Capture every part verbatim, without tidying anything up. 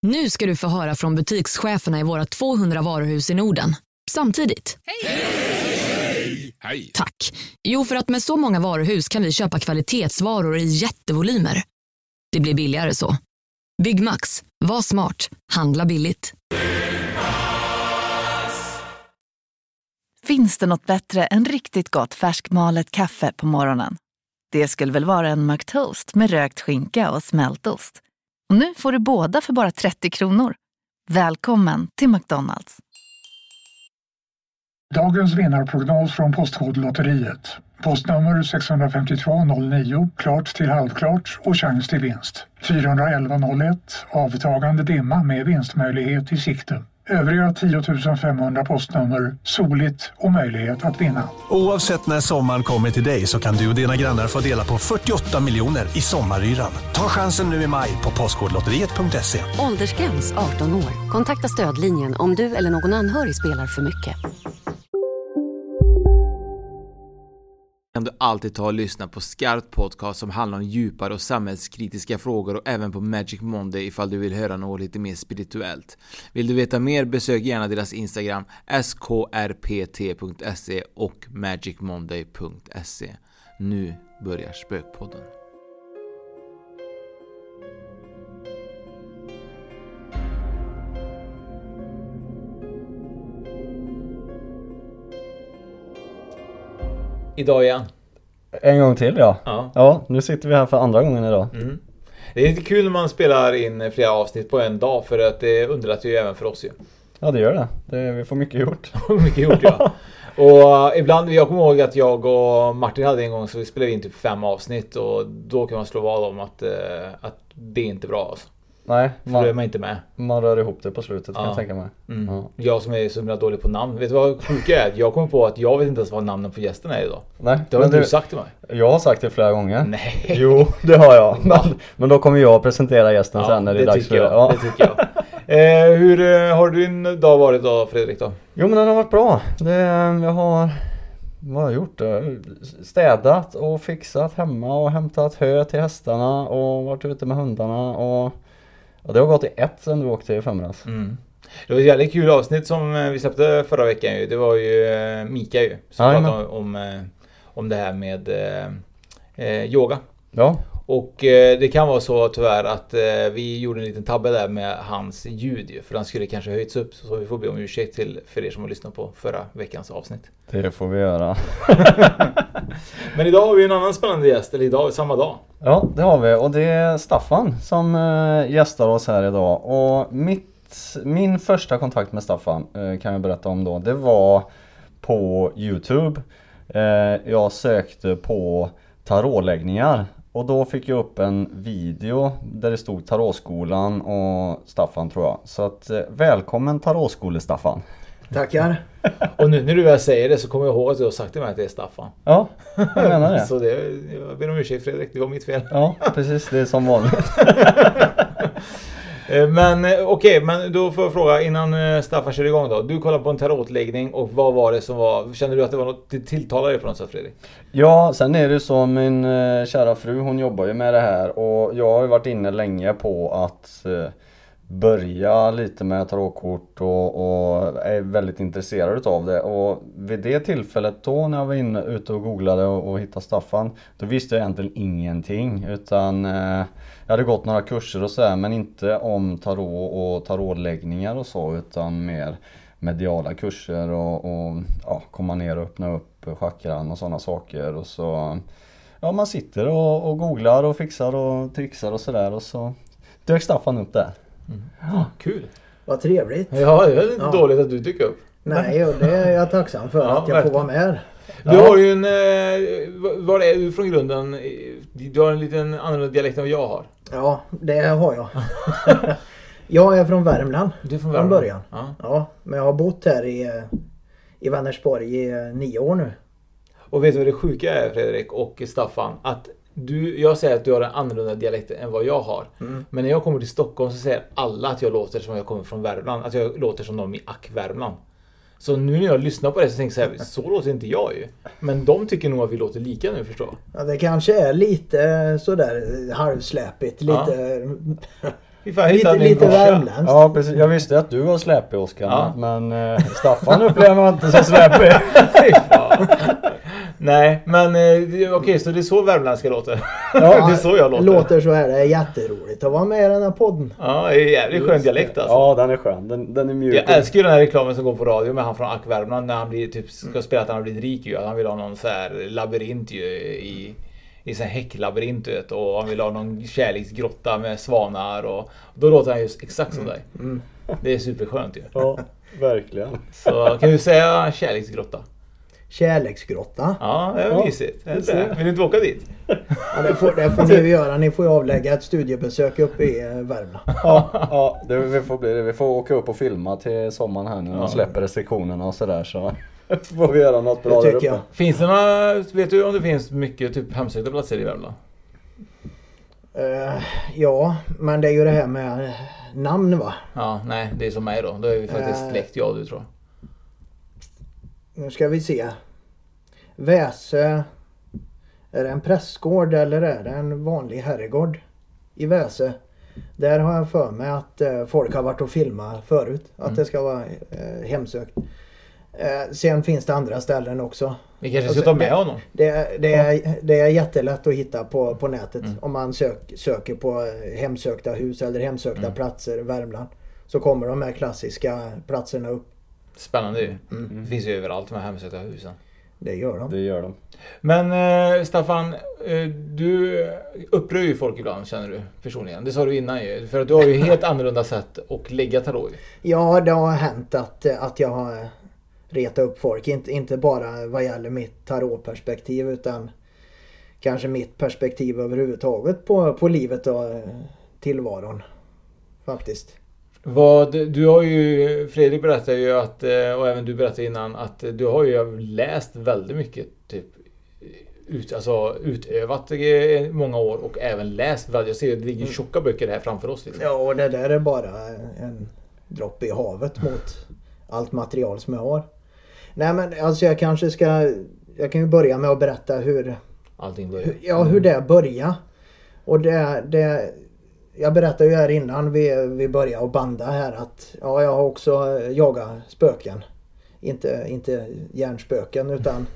Nu ska du få höra från butikscheferna i våra tvåhundra varuhus i Norden. Samtidigt. Hej! Hej! Hej! Tack. Jo, för att med så många varuhus kan vi köpa kvalitetsvaror i jättevolymer. Det blir billigare så. Byggmax. Var smart. Handla billigt. Finns det något bättre än riktigt gott färskmalet kaffe på morgonen? Det skulle väl vara en McToast med rökt skinka och smältost. Och nu får du båda för bara trettio kronor. Välkommen till McDonald's. Dagens vinnarprognos från Postkodlotteriet. Postnummer sex fem två noll nio, klart till halvklart och chans till vinst. fyra ett ett noll ett, avtagande dimma med vinstmöjlighet i sikte. Övriga tio tusen femhundra postnummer, soligt och möjlighet att vinna. Oavsett när sommaren kommer till dig så kan du och dina grannar få dela på fyrtioåtta miljoner i sommaryran. Ta chansen nu i maj på postkodlotteriet punkt se. Åldersgräns arton år. Kontakta stödlinjen om du eller någon anhörig spelar för mycket. Kan du alltid ta och lyssna på Skarpt podcast som handlar om djupare och samhällskritiska frågor, och även på Magic Monday ifall du vill höra något lite mer spirituellt. Vill du veta mer, besök gärna deras Instagram s k r p t punkt se och magic monday punkt se. Nu börjar Spökpodden. Idag igen. En gång till, ja. Ja. Ja, nu sitter vi här för andra gången idag. Mm. Det är lite kul när man spelar in flera avsnitt på en dag, för att det underlättar ju även för oss ju. Ja, det gör det. det vi får mycket gjort. mycket gjort, ja. Och ibland, jag kommer ihåg att jag och Martin hade en gång så vi spelade in typ fem avsnitt, och då kan man slå vad om att, att det är inte bra alltså. Nej, man, man, för då är man inte med. Man rör ihop det på slutet, kan ja. jag tänka mig. Mm. Ja. Jag som är så himla dålig på namn. Vet du vad sjuka är? Jag kommer på att jag vet inte ens vad namnen på gästen är idag. Nej, det har inte du sagt till mig. Jag har sagt det flera gånger. Nej. Jo, det har jag. Men, men då kommer jag presentera gästen ja, sen när det, det är dags för det. Ja, det tycker jag. eh, hur eh, har din dag varit då, Fredrik då? Jo, men den har varit bra. Det, jag har... Vad har jag gjort? Städat och fixat hemma och hämtat hö till hästarna och varit ute med hundarna och... Och det har gått i ett sen du åkte i förmiddags. Mm. Det var ett jävligt kul avsnitt som vi släppte förra veckan ju. Det var ju Mika ju som Aj, pratade om, om, om det här med eh, yoga. Ja. Och eh, det kan vara så tyvärr att eh, vi gjorde en liten tabbe där med hans ljud ju, för han skulle kanske höjts upp, så vi får be om ursäkt till för er som har lyssnat på förra veckans avsnitt. Det får vi göra. Men idag har vi en annan spännande gäst, eller idag, samma dag. Ja, det har vi, och det är Staffan som äh, gästar oss här idag. Och mitt, min första kontakt med Staffan äh, kan jag berätta om då. Det var på YouTube. Äh, jag sökte på tarotläggningar. Och då fick jag upp en video där det stod Tarotskolan och Staffan, tror jag. Så att, äh, välkommen Tarotskole Staffan. Tackar. Och nu när du väl säger det så kommer jag ihåg att du har sagt till mig att det är Staffan. Ja, jag menar det. Så det, jag ber om ursäkt Fredrik, det var mitt fel. Ja, precis, det är som vanligt. Men okej, okay, men då får jag fråga innan Staffan kör igång då. Du kollade på en tarotläggning och vad var det som var, kände du att det var något tilltalade dig på något sätt, Fredrik? Ja, sen är det så, min eh, kära fru, hon jobbar ju med det här och jag har ju varit inne länge på att eh, börja lite med tarotkort och, och är väldigt intresserad av det. Och vid det tillfället då när jag var inne ute och googlade och, och hittade Staffan, då visste jag egentligen ingenting, utan eh, jag hade gått några kurser och så här, men inte om tarot och tarotläggningar och så, utan mer mediala kurser och, och ja, komma ner och öppna upp chakran och sådana saker. Och så, ja, man sitter och, och googlar och fixar och trixar och sådär, och så dök Staffan upp där. Mm. Ja, kul. Vad trevligt. Ja, det är inte ja. dåligt att du dyker upp. Nej, och det är jag tacksam för, ja, att jag verkligen får vara med. Du ja. har ju en, var är du från grunden? Du har en liten annorlunda dialekt än vad jag har. Ja, det har jag. Jag är från Värmland. Du är från Värmland? Från början. Ja. Ja, men jag har bott här i, i Vänersborg i nio år nu. Och vet du vad det sjuka är, Fredrik och Staffan? Att du, jag säger att du har en annorlunda dialekt än vad jag har. Mm. Men när jag kommer till Stockholm så säger alla att jag låter som jag kommer från Värmland. Att jag låter som de i Ack Värmland. Så nu när jag lyssnar på det så tänker jag så här, så låter inte jag ju. Men de tycker nog att vi låter lika nu, förstår. Ja, det kanske är lite sådär halvsläpigt. Lite... Ja. Vi fan lite hittade lite min brorsa. värmländskt. Ja, precis. Jag visste att du var släpig, Oskar. Ja. Men eh, Staffan upplever man inte så släpig. Nej, men eh, okej, okay, så det är så värmländska låter. Ja, det är så jag låter. Låter så här, det är jätteroligt att vara med i den här podden. Ja, det är jävligt skön dialekt alltså. Ja, den är skön. Den, den är mjuk. Jag älskar ju den här reklamen som går på radio med han från Ack Värmland när han blir typ ska spela att han har blivit rik ju. Han vill ha någon så här labyrint ju i i så här häcklabyrint vet, och han vill ha någon kärleksgrotta med svanar och då låter han just exakt som dig. Mm. Det är superskönt ju. Ja, verkligen. Så kan du säga kärleksgrotta? Kärleksgrotta. Ja, det är Ja, mysigt. Det är det det. Vill du inte åka dit? Ja, det får, det får ni ju göra. Ni får ju avlägga ett studiebesök uppe i eh, Värmland. Ja, ja det, vi, får bli, vi får åka upp och filma till sommaren här nu när Ja. de släpper restriktionerna och sådär. Så får vi göra något bra Det där tycker uppe. jag. Finns det några, vet du om det finns mycket typ hemsökta platser i Värmland? Eh, ja, men det är ju det här med namn va. Ja, nej, det är som mig då. Då är vi faktiskt Eh. släkt jag och du tror jag. Nu ska vi se. Väsö. Är det en prästgård eller är det en vanlig herrgård i Väsö? Där har jag för mig att eh, folk har varit och filmat förut. Att Mm. det ska vara eh, hemsökt. Eh, sen finns det andra ställen också. Vi kanske ska Alltså, ta med det- honom. Det, är- det, är, det är jättelätt att hitta på, på nätet. Mm. Om man sök, söker på eh, hemsökta hus eller hemsökta Mm. platser i Värmland. Så kommer de här klassiska platserna upp. Spännande ju. Mm. Det finns ju överallt de här hemsökta husen. Det gör de. Det gör de. Men eh, Staffan, eh, du upprör ju folk ibland känner du personligen. Det sa du innan ju. För att du har ju helt annorlunda sätt att lägga tarot. Ja, det har hänt att, att jag har retat upp folk. Inte, inte bara vad gäller mitt tarotperspektiv utan kanske mitt perspektiv överhuvudtaget på, på livet och eh, tillvaron. Faktiskt. Vad, du har ju, Fredrik berättade ju att, eh, och även du berättade innan, att du har ju läst väldigt mycket typ ut, alltså utövat i många år och även läst väldigt. Jag ser att det ligger tjocka böcker här framför oss liksom. Ja, och det där är bara en droppe i havet mot allt material som jag har. Nej men alltså jag kanske ska, jag kan ju börja med att berätta hur, Allting börjar. hur ja hur det började. Och det, det jag berättade ju här innan vi, vi började att banda här att ja, jag har också jagat spöken. Inte, inte hjärnspöken utan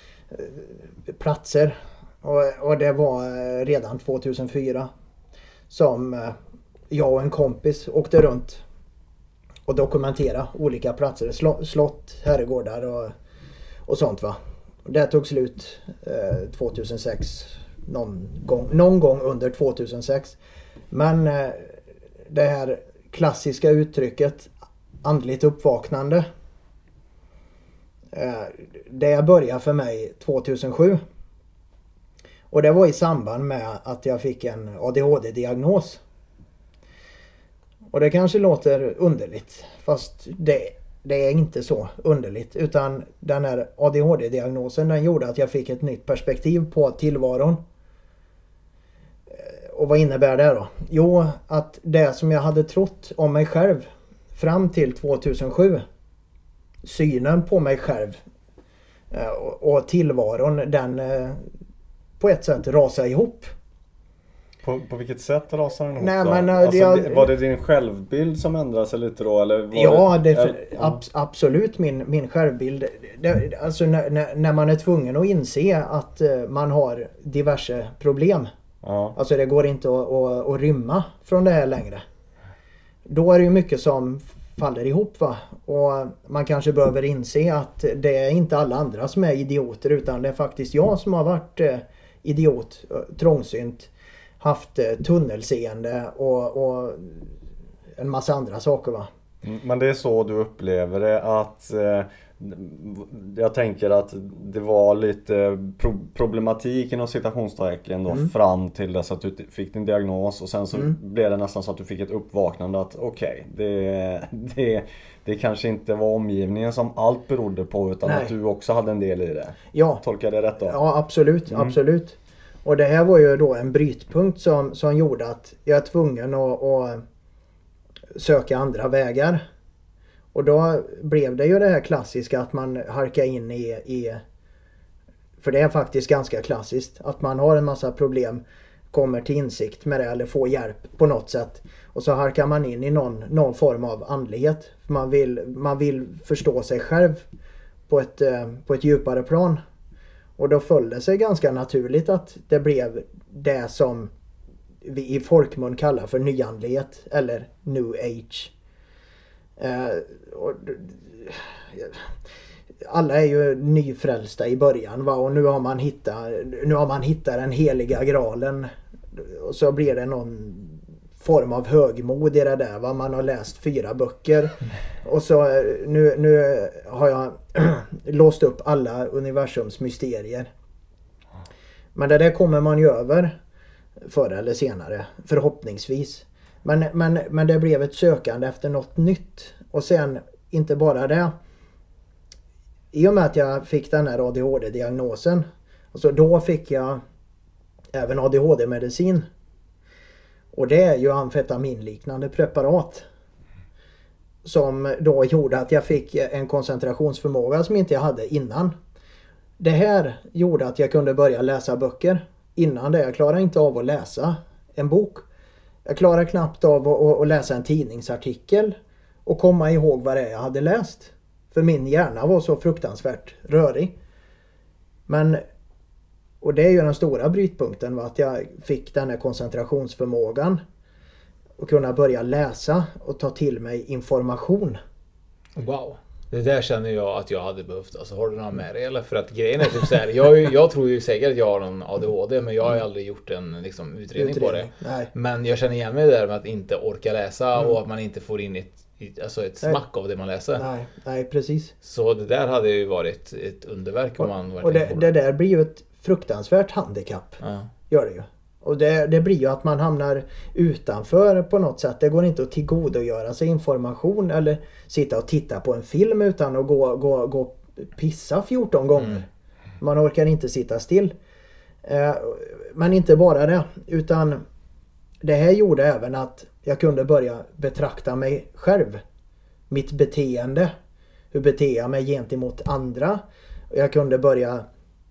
eh, platser. Och, och det var eh, redan tjugohundrafyra som eh, jag och en kompis åkte runt och dokumentera olika platser. Slott, slott herrgårdar och, och sånt va. Och det tog slut eh, tjugohundrasex. Någon gång, någon gång under tjugohundrasex. Men eh, det här klassiska uttrycket andligt uppvaknande. Eh, det började för mig tjugohundrasju. Och det var i samband med att jag fick en A D H D-diagnos. Och det kanske låter underligt. Fast det, det är inte så underligt. Utan den här A D H D-diagnosen den gjorde att jag fick ett nytt perspektiv på tillvaron. Och vad innebär det då? Jo, att det som jag hade trott om mig själv fram till tjugohundrasju. Synen på mig själv och tillvaron den på ett sätt rasade ihop. På, på vilket sätt rasar den ihop Nej, då? men, alltså, jag, var det din självbild som ändrades lite då? Eller var ja, det, det, ab, absolut min, min självbild. Det, alltså när, när man är tvungen att inse att man har diverse problem. Ja. Alltså det går inte att, att, att rymma från det här längre. Då är det ju mycket som faller ihop va. Och man kanske behöver inse att det är inte alla andra som är idioter utan det är faktiskt jag som har varit idiot, trångsynt, haft tunnelseende och, och en massa andra saker va. Men det är så du upplever det att eh, jag tänker att det var lite pro- problematik inom citationstecken då mm. fram till dess att du fick din diagnos och sen så mm. blev det nästan så att du fick ett uppvaknande att okej, okay, det, det, det kanske inte var omgivningen som allt berodde på utan Nej. Att du också hade en del i det. Ja. Tolkar det rätt då? Ja, absolut, mm. absolut. Och det här var ju då en brytpunkt som, som gjorde att jag är tvungen att, att söka andra vägar. Och då blev det ju det här klassiska att man harkar in i, i för det är faktiskt ganska klassiskt att man har en massa problem, kommer till insikt med det eller får hjälp på något sätt. Och så halkar man in i någon, någon form av andlighet. Man vill, man vill förstå sig själv på ett, på ett djupare plan. Och då föll det sig ganska naturligt att det blev det som vi i folkmun kallar för nyandlighet eller new age. Eh, och, alla är ju nyfrälsta i början, va? Och nu har man hittat nu har man hittat den heliga graalen, och så blir det någon form av högmod i det där, va? Man har läst fyra böcker och så nu, nu har jag låst upp alla universums mysterier. Men det där kommer man ju över förr eller senare, förhoppningsvis. Men, men, men det blev ett sökande efter något nytt. Och sen inte bara det. I och med att jag fick den här A D H D-diagnosen, alltså då fick jag även A D H D-medicin. Och det är ju amfetaminliknande preparat som då gjorde att jag fick en koncentrationsförmåga som inte jag hade innan. Det här gjorde att jag kunde börja läsa böcker. Innan det, jag klarade inte av att läsa en bok. Jag klarade knappt av att, att läsa en tidningsartikel och komma ihåg vad det är jag hade läst. För min hjärna var så fruktansvärt rörig. Men, och det är ju den stora brytpunkten, var att jag fick den här koncentrationsförmågan och kunna börja läsa och ta till mig information. Wow. Det där känner jag att jag hade behövt. Alltså, har du några med dig? Eller? För att grejen är typ så här, jag, jag tror ju säkert att jag har någon A D H D, men jag har ju aldrig gjort en liksom, utredning, utredning på det. Nej. Men jag känner igen mig där med att inte orka läsa mm. och att man inte får in ett, alltså ett smack nej. Av det man läser. Nej, nej, precis. Så det där hade ju varit ett underverk om man Och det, det där blir ju ett fruktansvärt handikapp. Ja. Gör det ju. Och det, det blir ju att man hamnar utanför på något sätt. Det går inte att tillgodogöra sig information eller sitta och titta på en film utan att gå, gå, gå och pissa fjorton gånger. Mm. Man orkar inte sitta still. Eh, men inte bara det, utan det här gjorde även att jag kunde börja betrakta mig själv. Mitt beteende. Hur beter jag mig gentemot andra. Och jag kunde börja...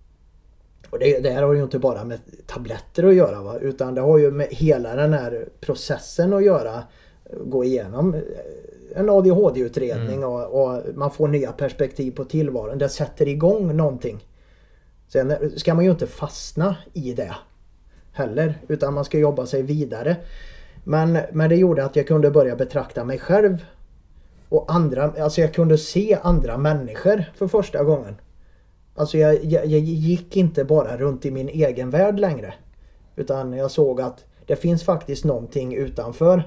Och det, det här har ju inte bara med tabletter att göra, va? Utan det har ju med hela den här processen att göra. Gå igenom en A D H D-utredning mm. och, och man får nya perspektiv på tillvaron. Det sätter igång någonting. Sen ska man ju inte fastna i det heller, utan man ska jobba sig vidare. Men, men det gjorde att jag kunde börja betrakta mig själv och andra, alltså jag kunde se andra människor för första gången. Alltså jag, jag, jag gick inte bara runt i min egen värld längre. Utan jag såg att det finns faktiskt någonting utanför.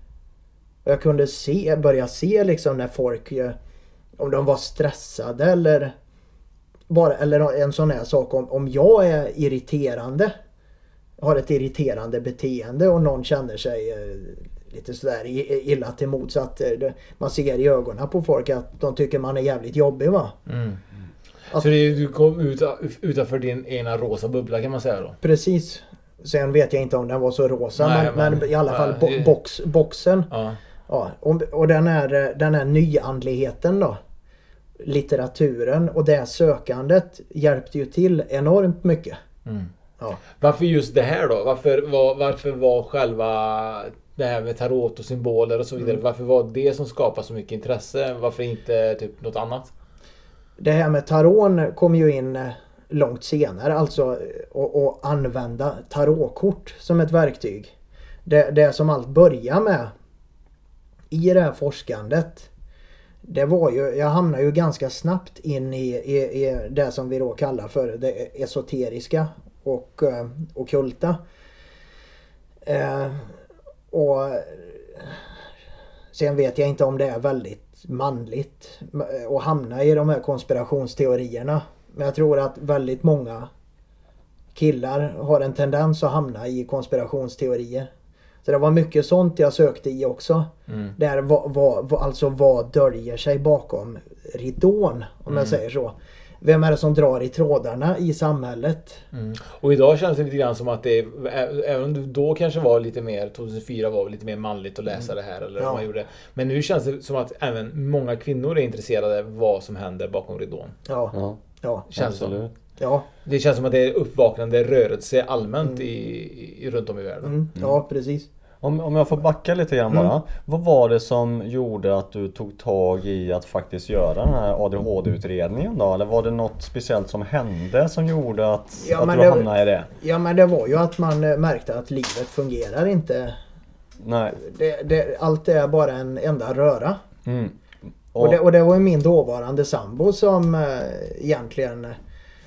Och jag kunde se, börja se liksom när folk, om de var stressade eller bara, eller en sån här sak, om, om jag är irriterande, har ett irriterande beteende och någon känner sig lite sådär illa till mod, så att man ser i ögonen på folk att de tycker man är jävligt jobbig, va? Mm. Att, så det, du kom ut, utanför din ena rosa bubbla, kan man säga då? Precis. Sen vet jag inte om den var så rosa, nej, men, men, men i alla fall bo, box, boxen. Ja. Ja, och, och den här, den här nyandligheten då, litteraturen och det sökandet hjälpte ju till enormt mycket. Mm. Ja. Varför just det här då? Varför var, varför var själva det här med tarot och symboler och så vidare, mm. varför var det som skapade så mycket intresse? Varför inte typ något annat? Det här med taron kom ju in långt senare, alltså att använda tarotkort som ett verktyg. Det, det som allt börjar med i det här forskandet, det var ju, jag hamnade ju ganska snabbt in i, i, i det som vi då kallar för det esoteriska och uh, ockulta. Uh, och sen vet jag inte om det är väldigt manligt att hamna i de här konspirationsteorierna. Men jag tror att väldigt många killar har en tendens att hamna i konspirationsteorier. Så det var mycket sånt jag sökte i också. Mm. Där vad, vad, alltså vad döljer sig bakom ridån, om mm. jag säger så. Vem är det som drar i trådarna i samhället? Mm. Och idag känns det lite grann som att det, även om det då kanske var lite mer, tjugohundrafyra var lite mer manligt att läsa mm. det här, eller ja. man gjorde. Men nu känns det som att även många kvinnor är intresserade av vad som händer bakom ridån. Ja, ja. ja. Känns absolut. Ja. Det känns som att det är uppvaknande rörelse allmänt mm. i, i, runt om i världen. Mm. Ja, precis. Om, om jag får backa lite grann bara. Mm. Vad var det som gjorde att du tog tag i att faktiskt göra den här A D H D-utredningen då? Eller var det något speciellt som hände som gjorde att, ja, att du det, hamnade i det? Ja, men det var ju att man märkte att livet fungerar inte. Nej. Det, det, allt är bara en enda röra. Mm. Och, och, det, och det var ju min dåvarande sambo som äh, egentligen äh,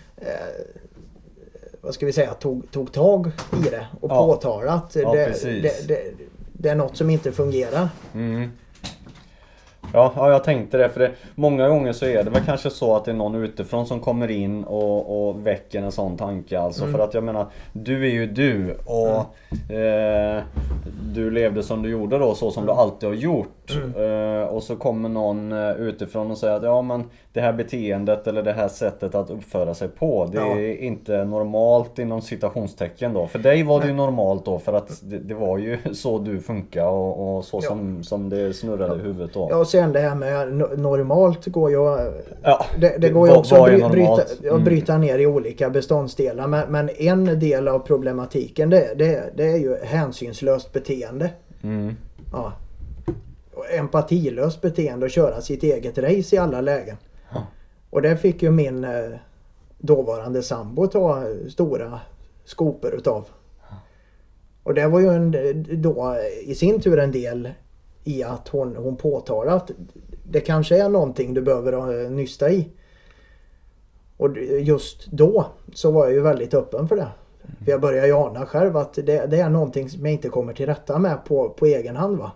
vad ska vi säga, tog, tog tag i det och ja. påtalade att ja, det, det, det, det är något som inte fungerar. Mm. Ja, ja, jag tänkte det, för det, många gånger så är det väl kanske så att det är någon utifrån som kommer in och, och väcker en sån tanke. Alltså mm. för att jag menar, du är ju du och mm. eh, du levde som du gjorde då, så som mm. du alltid har gjort. Mm. Eh, och så kommer någon utifrån och säger att ja, men det här beteendet eller det här sättet att uppföra sig på, det ja. är inte normalt inom citationstecken då. För dig var det ju normalt då, för att det, det var ju så du funkar och, och så ja. som, som det snurrade i huvudet då. Ja, och sen det här med normalt går ju ja, det, det går ju också att bry, bryta, mm. bryta ner i olika beståndsdelar, men, men en del av problematiken det, det, det är ju hänsynslöst beteende. Mm. Ja. Och empatilöst beteende och köra sitt eget race i alla lägen. Ja. Och det fick ju min eh, dåvarande sambo ta stora skoper utav. Ja. Och det var ju en, då i sin tur en del i att hon, hon påtalar att det kanske är någonting du behöver nysta i. Och just då så var jag ju väldigt öppen för det. Mm. För jag började ju ana själv att det, det är någonting som jag inte kommer till rätta med på, på egen hand, va?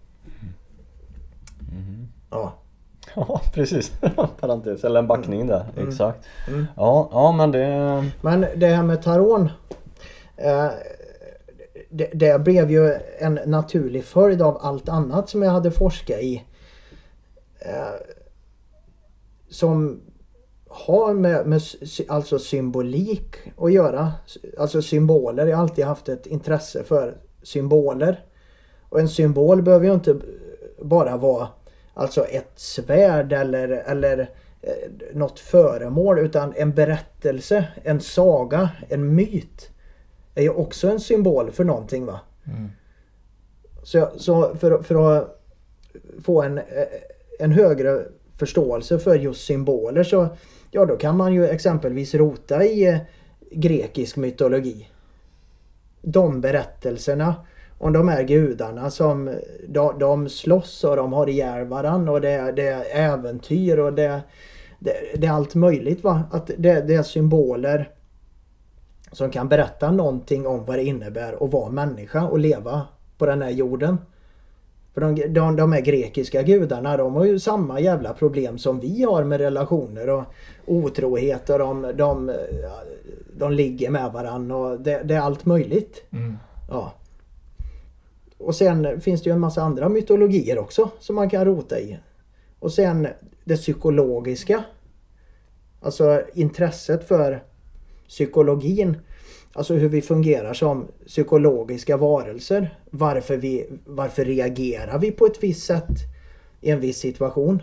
Mm. Ja. Ja, precis. Parentes, eller en backning där. Mm. Exakt. Mm. Ja, ja, men det... Men det här med taron... Eh, Det, det blev ju en naturlig följd av allt annat som jag hade forskat i. Eh, som har med, med alltså symbolik att göra. Alltså symboler. Jag har alltid haft ett intresse för symboler. Och en symbol behöver ju inte bara vara alltså ett svärd eller, eller eh, något föremål, utan en berättelse, en saga, en myt är ju också en symbol för någonting, va? Mm. Så, så för, för att få en, en högre förståelse för just symboler, så ja, då kan man ju exempelvis rota i grekisk mytologi. De berättelserna om de här gudarna som de, de slåss och de har ihjäl varann, och det, det är äventyr och det, det, det är allt möjligt, va? Att det, det är symboler som kan berätta någonting om vad det innebär att vara människa och leva på den här jorden. För de, de, de här grekiska gudarna, de har ju samma jävla problem som vi har med relationer och otrohet, och de, de, de ligger med varandra och det, det är allt möjligt. Mm. Ja. Och sen finns det ju en massa andra mytologier också som man kan rota i. Och sen det psykologiska. Alltså intresset för psykologin. Alltså hur vi fungerar som psykologiska varelser. Varför, vi, varför reagerar vi på ett visst sätt i en viss situation?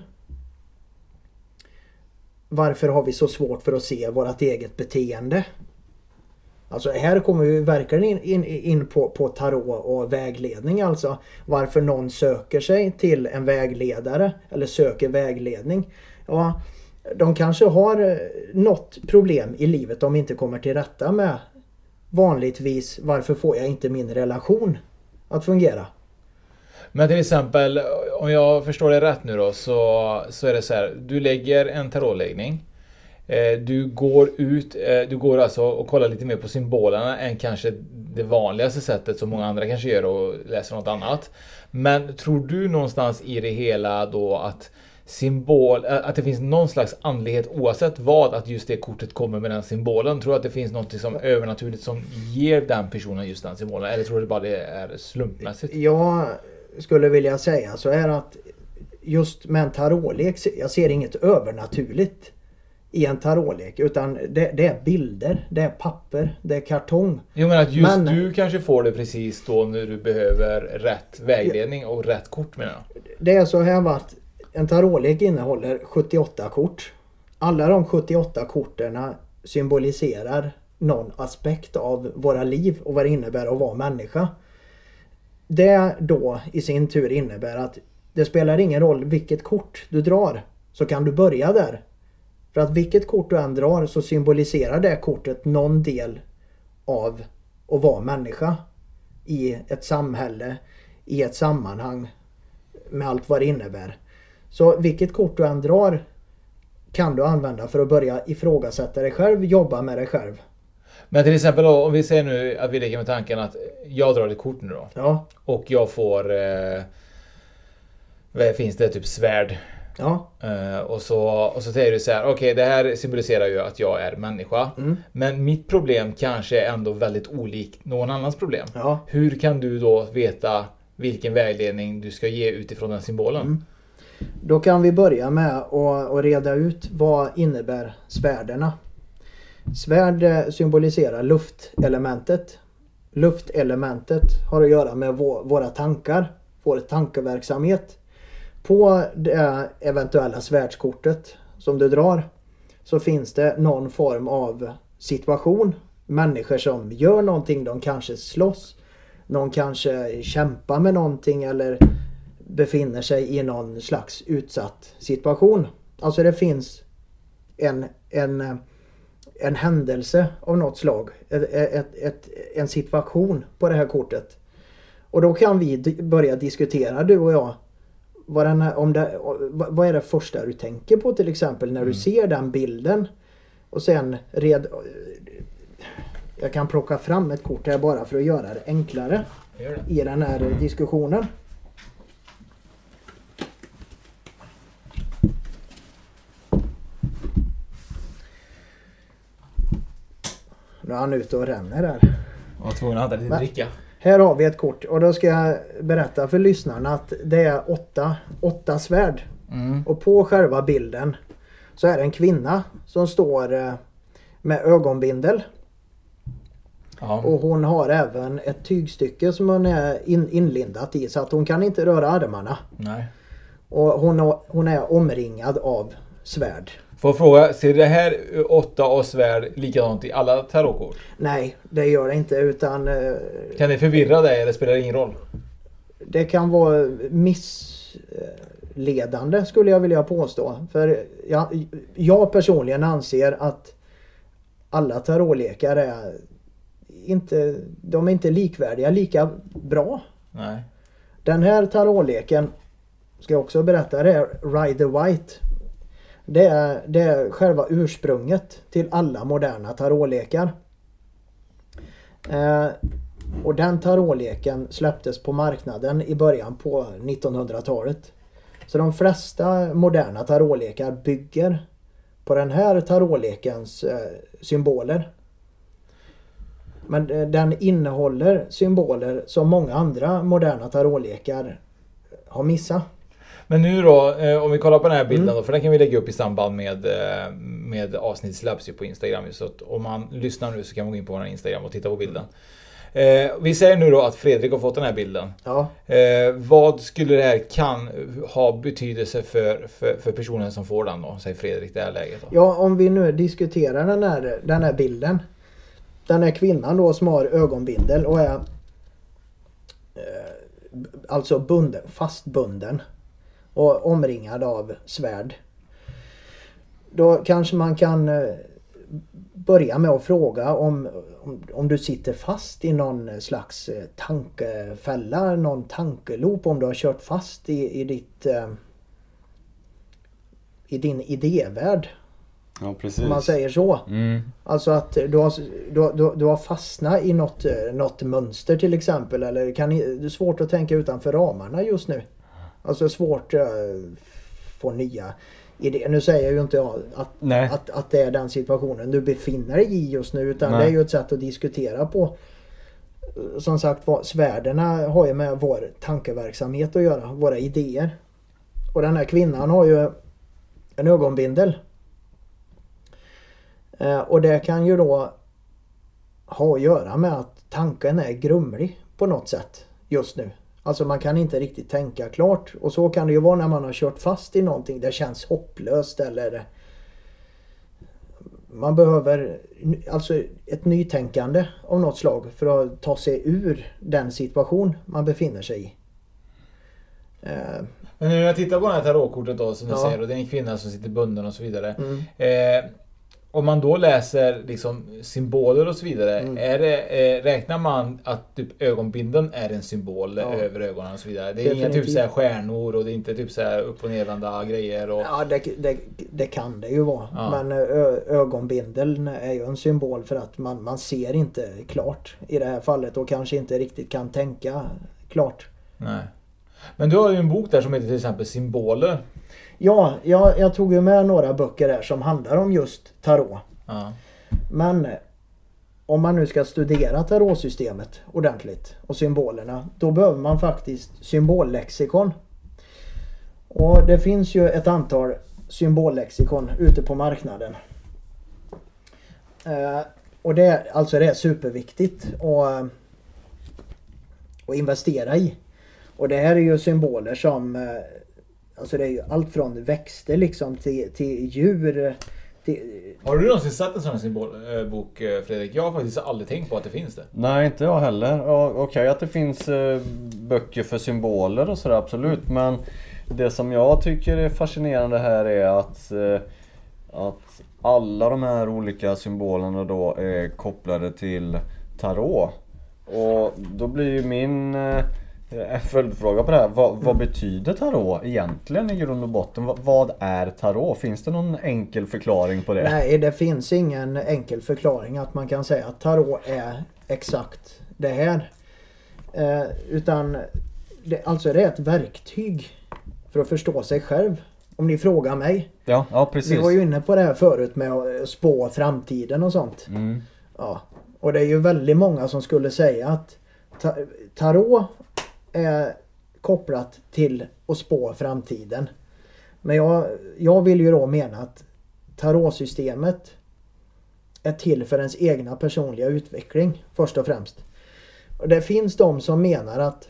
Varför har vi så svårt för att se vårt eget beteende? Alltså här kommer vi verkligen in, in, in på, på tarot och vägledning. Alltså varför någon söker sig till en vägledare eller söker vägledning. Ja, de kanske har något problem i livet de inte kommer till rätta med. Vanligtvis, varför får jag inte min relation att fungera? Men till exempel, om jag förstår det rätt nu då, så, så är det så här. Du lägger en tarotläggning. Du går ut, du går alltså och kollar lite mer på symbolerna än kanske det vanligaste sättet som många andra kanske gör och läser något annat. Men tror du någonstans i det hela då att symbol, att det finns någon slags andlighet oavsett vad, att just det kortet kommer med den symbolen? Tror du att det finns något som övernaturligt som ger den personen just den symbolen, eller tror du bara det är slumpmässigt? Jag skulle vilja säga så är att just med en tarotlek, jag ser inget övernaturligt i en tarotlek, utan det, det är bilder, det är papper, det är kartong. Jo, men att just men, du kanske får det precis då när du behöver rätt vägledning och rätt kort, menar jag. Det är så här att en tarotlek innehåller sjuttioåtta kort. Alla de sjuttioåtta korten symboliserar någon aspekt av våra liv och vad det innebär att vara människa. Det då i sin tur innebär att det spelar ingen roll vilket kort du drar, så kan du börja där. För att vilket kort du än drar så symboliserar det kortet någon del av att vara människa i ett samhälle, i ett sammanhang med allt vad det innebär. Så vilket kort du än drar kan du använda för att börja ifrågasätta dig själv, jobba med dig själv. Men till exempel då, om vi säger nu att vi leker med tanken att jag drar ett kort nu då. Ja. Och jag får, eh, vad finns det, typ svärd. Ja. Uh, och, så, och så säger du så här, okej okay, det här symboliserar ju att jag är människa. Mm. Men mitt problem kanske är ändå väldigt olikt någon annans problem. Ja. Hur kan du då veta vilken vägledning du ska ge utifrån den symbolen? Mm. Då kan vi börja med att, att reda ut vad innebär svärderna. Svärd symboliserar luftelementet. Luftelementet har att göra med vår, våra tankar, vår tankeverksamhet. På det eventuella svärdskortet som du drar så finns det någon form av situation. Människor som gör någonting, de kanske slåss. Någon kanske kämpar med någonting eller befinner sig i någon slags utsatt situation. Alltså det finns en, en, en händelse av något slag. Ett, ett, ett, en situation på det här kortet. Och då kan vi börja diskutera, du och jag. Vad, den här, om det, vad är det första du tänker på till exempel när du mm. ser den bilden? Och sen red, jag kan plocka fram ett kort här bara för att göra det enklare i den här diskussionen. Nu är han ute och ränner där. Jag var tvungen att hämta lite dricka. Här har vi ett kort och då ska jag berätta för lyssnarna att det är åtta, åtta svärd. Mm. Och på själva bilden så är det en kvinna som står med ögonbindel. Ja. Och hon har även ett tygstycke som hon är in, inlindat i så att hon kan inte röra armarna. Nej. Och hon, har, hon är omringad av svärd. Får jag fråga, ser det här åtta och svärd likadant i alla tarotkort? Nej, det gör det inte utan... Kan det förvirra dig eller spelar det ingen roll? Det kan vara missledande skulle jag vilja påstå. För jag, jag personligen anser att alla tarotlekar är inte, de är inte likvärdiga, lika bra. Nej. Den här tarotleken, ska jag också berätta, det är Rider White. Det är, det är själva ursprunget till alla moderna tarotlekar. Eh, och den tarotleken släpptes på marknaden i början på nittonhundratalet. Så de flesta moderna tarotlekar bygger på den här tarotlekens eh, symboler. Men eh, den innehåller symboler som många andra moderna tarotlekar har missat. Men nu då, eh, om vi kollar på den här bilden mm. då, för den kan vi lägga upp i samband med, eh, med avsnittslabs på Instagram. Så att om man lyssnar nu så kan man gå in på vår Instagram och titta på bilden. Eh, vi säger nu då att Fredrik har fått den här bilden. Ja. Eh, vad skulle det här kan ha betydelse för, för, för personen som får den då, säger Fredrik, det här läget då? Ja, om vi nu diskuterar den här, den här bilden. Den här kvinnan då som har ögonbindel och är eh, alltså bunden, fastbunden och omringad av svärd. Då kanske man kan eh, börja med att fråga om, om, om du sitter fast i någon slags eh, tankefälla, någon tankeloop, om du har kört fast i, i ditt eh, i din idévärld. Ja, precis. Om man säger så. Mm. Alltså att du har, du, du, du har fastnat i något, något mönster till exempel. Eller kan, det är svårt att tänka utanför ramarna just nu. Alltså svårt att få nya idéer. Nu säger jag ju inte jag att, att, att det är den situationen du befinner dig i just nu. Utan Nej. Det är ju ett sätt att diskutera på. Som sagt, svärderna har ju med vår tankeverksamhet att göra. Våra idéer. Och den här kvinnan har ju en ögonbindel. Och det kan ju då ha att göra med att tanken är grumlig på något sätt just nu. Alltså man kan inte riktigt tänka klart. Och så kan det ju vara när man har kört fast i någonting. Det känns hopplöst eller man behöver alltså ett nytänkande av något slag för att ta sig ur den situation man befinner sig i. Eh. Men när jag tittar på det här tarotkortet då som du ja. säger, och det är en kvinna som sitter bunden och så vidare. Mm. Eh, om man då läser liksom symboler och så vidare, mm. är det, eh, räknar man att typ ögonbindeln är en symbol ja. över ögonen och så vidare? Det är Definitivt. inga typ så här stjärnor och det är inte typ så här upp och nervända grejer. Och... Ja, det, det, det kan det ju vara. Ja. Men ö, ögonbindeln är ju en symbol för att man, man ser inte klart i det här fallet och kanske inte riktigt kan tänka klart. Nej. Men du har ju en bok där som heter till exempel Symboler. Ja, jag, jag tog ju med några böcker där som handlar om just tarot. Ja. Men om man nu ska studera tarotsystemet ordentligt och symbolerna, då behöver man faktiskt symbollexikon. Och det finns ju ett antal symbollexikon ute på marknaden. Eh, och det är, alltså det är superviktigt att, att investera i. Och det här är ju symboler som, alltså det är ju allt från växter liksom till, till djur. Till... Har du någonsin sett en sån här symbolbok, Fredrik? Jag har faktiskt aldrig tänkt på att det finns det. Nej, inte jag heller. Okej okay, att det finns böcker för symboler och sådär, absolut. Men det som jag tycker är fascinerande här är att, att alla de här olika symbolerna då är kopplade till tarot. Och då blir ju min... En följdfråga på det här. Vad, vad betyder tarot egentligen i grund och botten? Vad, vad är tarot? Finns det någon enkel förklaring på det? Nej, det finns ingen enkel förklaring att man kan säga att tarot är exakt det här. Eh, utan det, alltså det är ett verktyg för att förstå sig själv. Om ni frågar mig. Ja, ja precis. Vi var ju inne på det här förut med att spå framtiden och sånt. Mm. Ja. Och det är ju väldigt många som skulle säga att ta, tarot är kopplat till att spå framtiden. Men jag, jag vill ju då mena att tarotsystemet är till för ens egna personliga utveckling först och främst. Och det finns de som menar att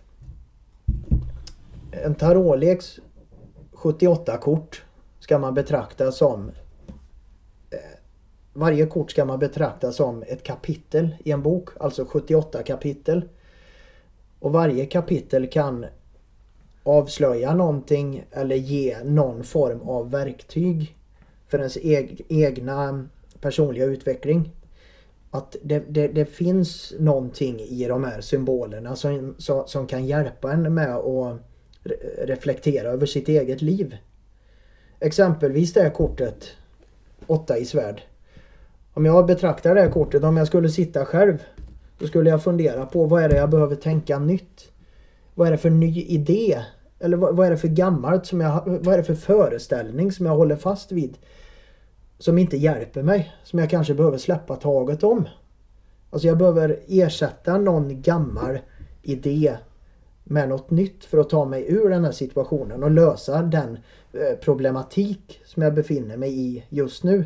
en tarotleks sjuttioåtta kort ska man betrakta som eh, varje kort ska man betrakta som ett kapitel i en bok, alltså sjuttioåtta kapitel. Och varje kapitel kan avslöja någonting eller ge någon form av verktyg för ens eg- egna personliga utveckling. Att det, det, det finns någonting i de här symbolerna som, som, som kan hjälpa en med att re- reflektera över sitt eget liv. Exempelvis det här kortet, åtta i svärd. Om jag betraktar det här kortet, om jag skulle sitta själv, då skulle jag fundera på vad är det jag behöver tänka nytt. Vad är det för ny idé? Eller vad, vad är det för gammalt som jag, vad är det för föreställning som jag håller fast vid? Som inte hjälper mig. Som jag kanske behöver släppa taget om. Alltså jag behöver ersätta någon gammal idé med något nytt för att ta mig ur den här situationen och lösa den problematik som jag befinner mig i just nu.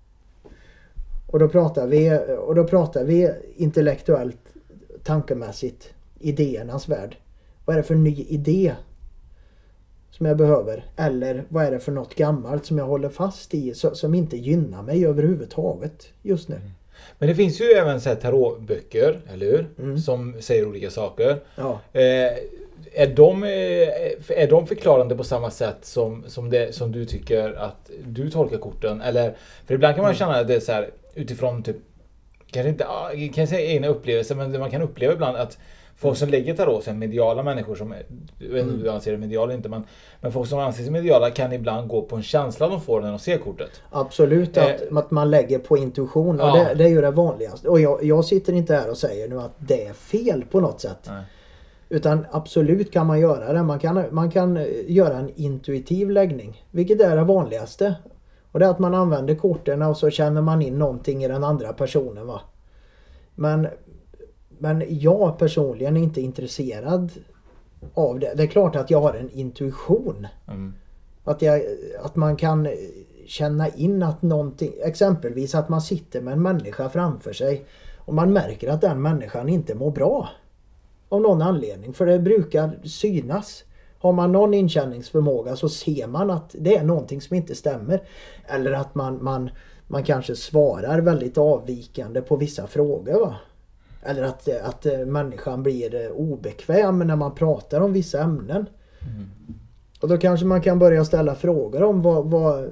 Och då pratar vi, och då pratar vi intellektuellt, tankemässigt, idéernas värld. Vad är det för ny idé som jag behöver? Eller vad är det för något gammalt som jag håller fast i som inte gynnar mig överhuvudtaget just nu? Men det finns ju även så här tarotböcker, eller hur? Mm. Som säger olika saker. Ja. Eh, är, de, är de förklarande på samma sätt som, som, det, som du tycker att du tolkar korten? Eller, för ibland kan man känna att det är så här utifrån typ, kanske inte kan jag säga egna upplevelser, men man kan uppleva ibland att folk som lägger tarot, sen mediala människor som, jag vet inte hur du anser det mediala inte, men, men folk som anser sig mediala kan ibland gå på en känsla de får när de ser kortet. Absolut, att, eh, att man lägger på intuition, och ja. det, det är ju det vanligaste. Och jag, jag sitter inte här och säger nu att det är fel på något sätt. Nej. Utan absolut kan man göra det. Man kan, man kan göra en intuitiv läggning, vilket är det vanligaste. Och det är att man använder korten och så känner man in någonting i den andra personen, va. Men, men jag personligen är inte intresserad av det. Det är klart att jag har en intuition. Mm. Att, jag, att man kan känna in att någonting, exempelvis att man sitter med en människa framför sig och man märker att den människan inte mår bra. Av någon anledning. För det brukar synas. Har man någon inkänningsförmåga så ser man att det är någonting som inte stämmer. Eller att man, man, man kanske svarar väldigt avvikande på vissa frågor, va? Eller att, att människan blir obekväm när man pratar om vissa ämnen. Mm. Och då kanske man kan börja ställa frågor om vad, vad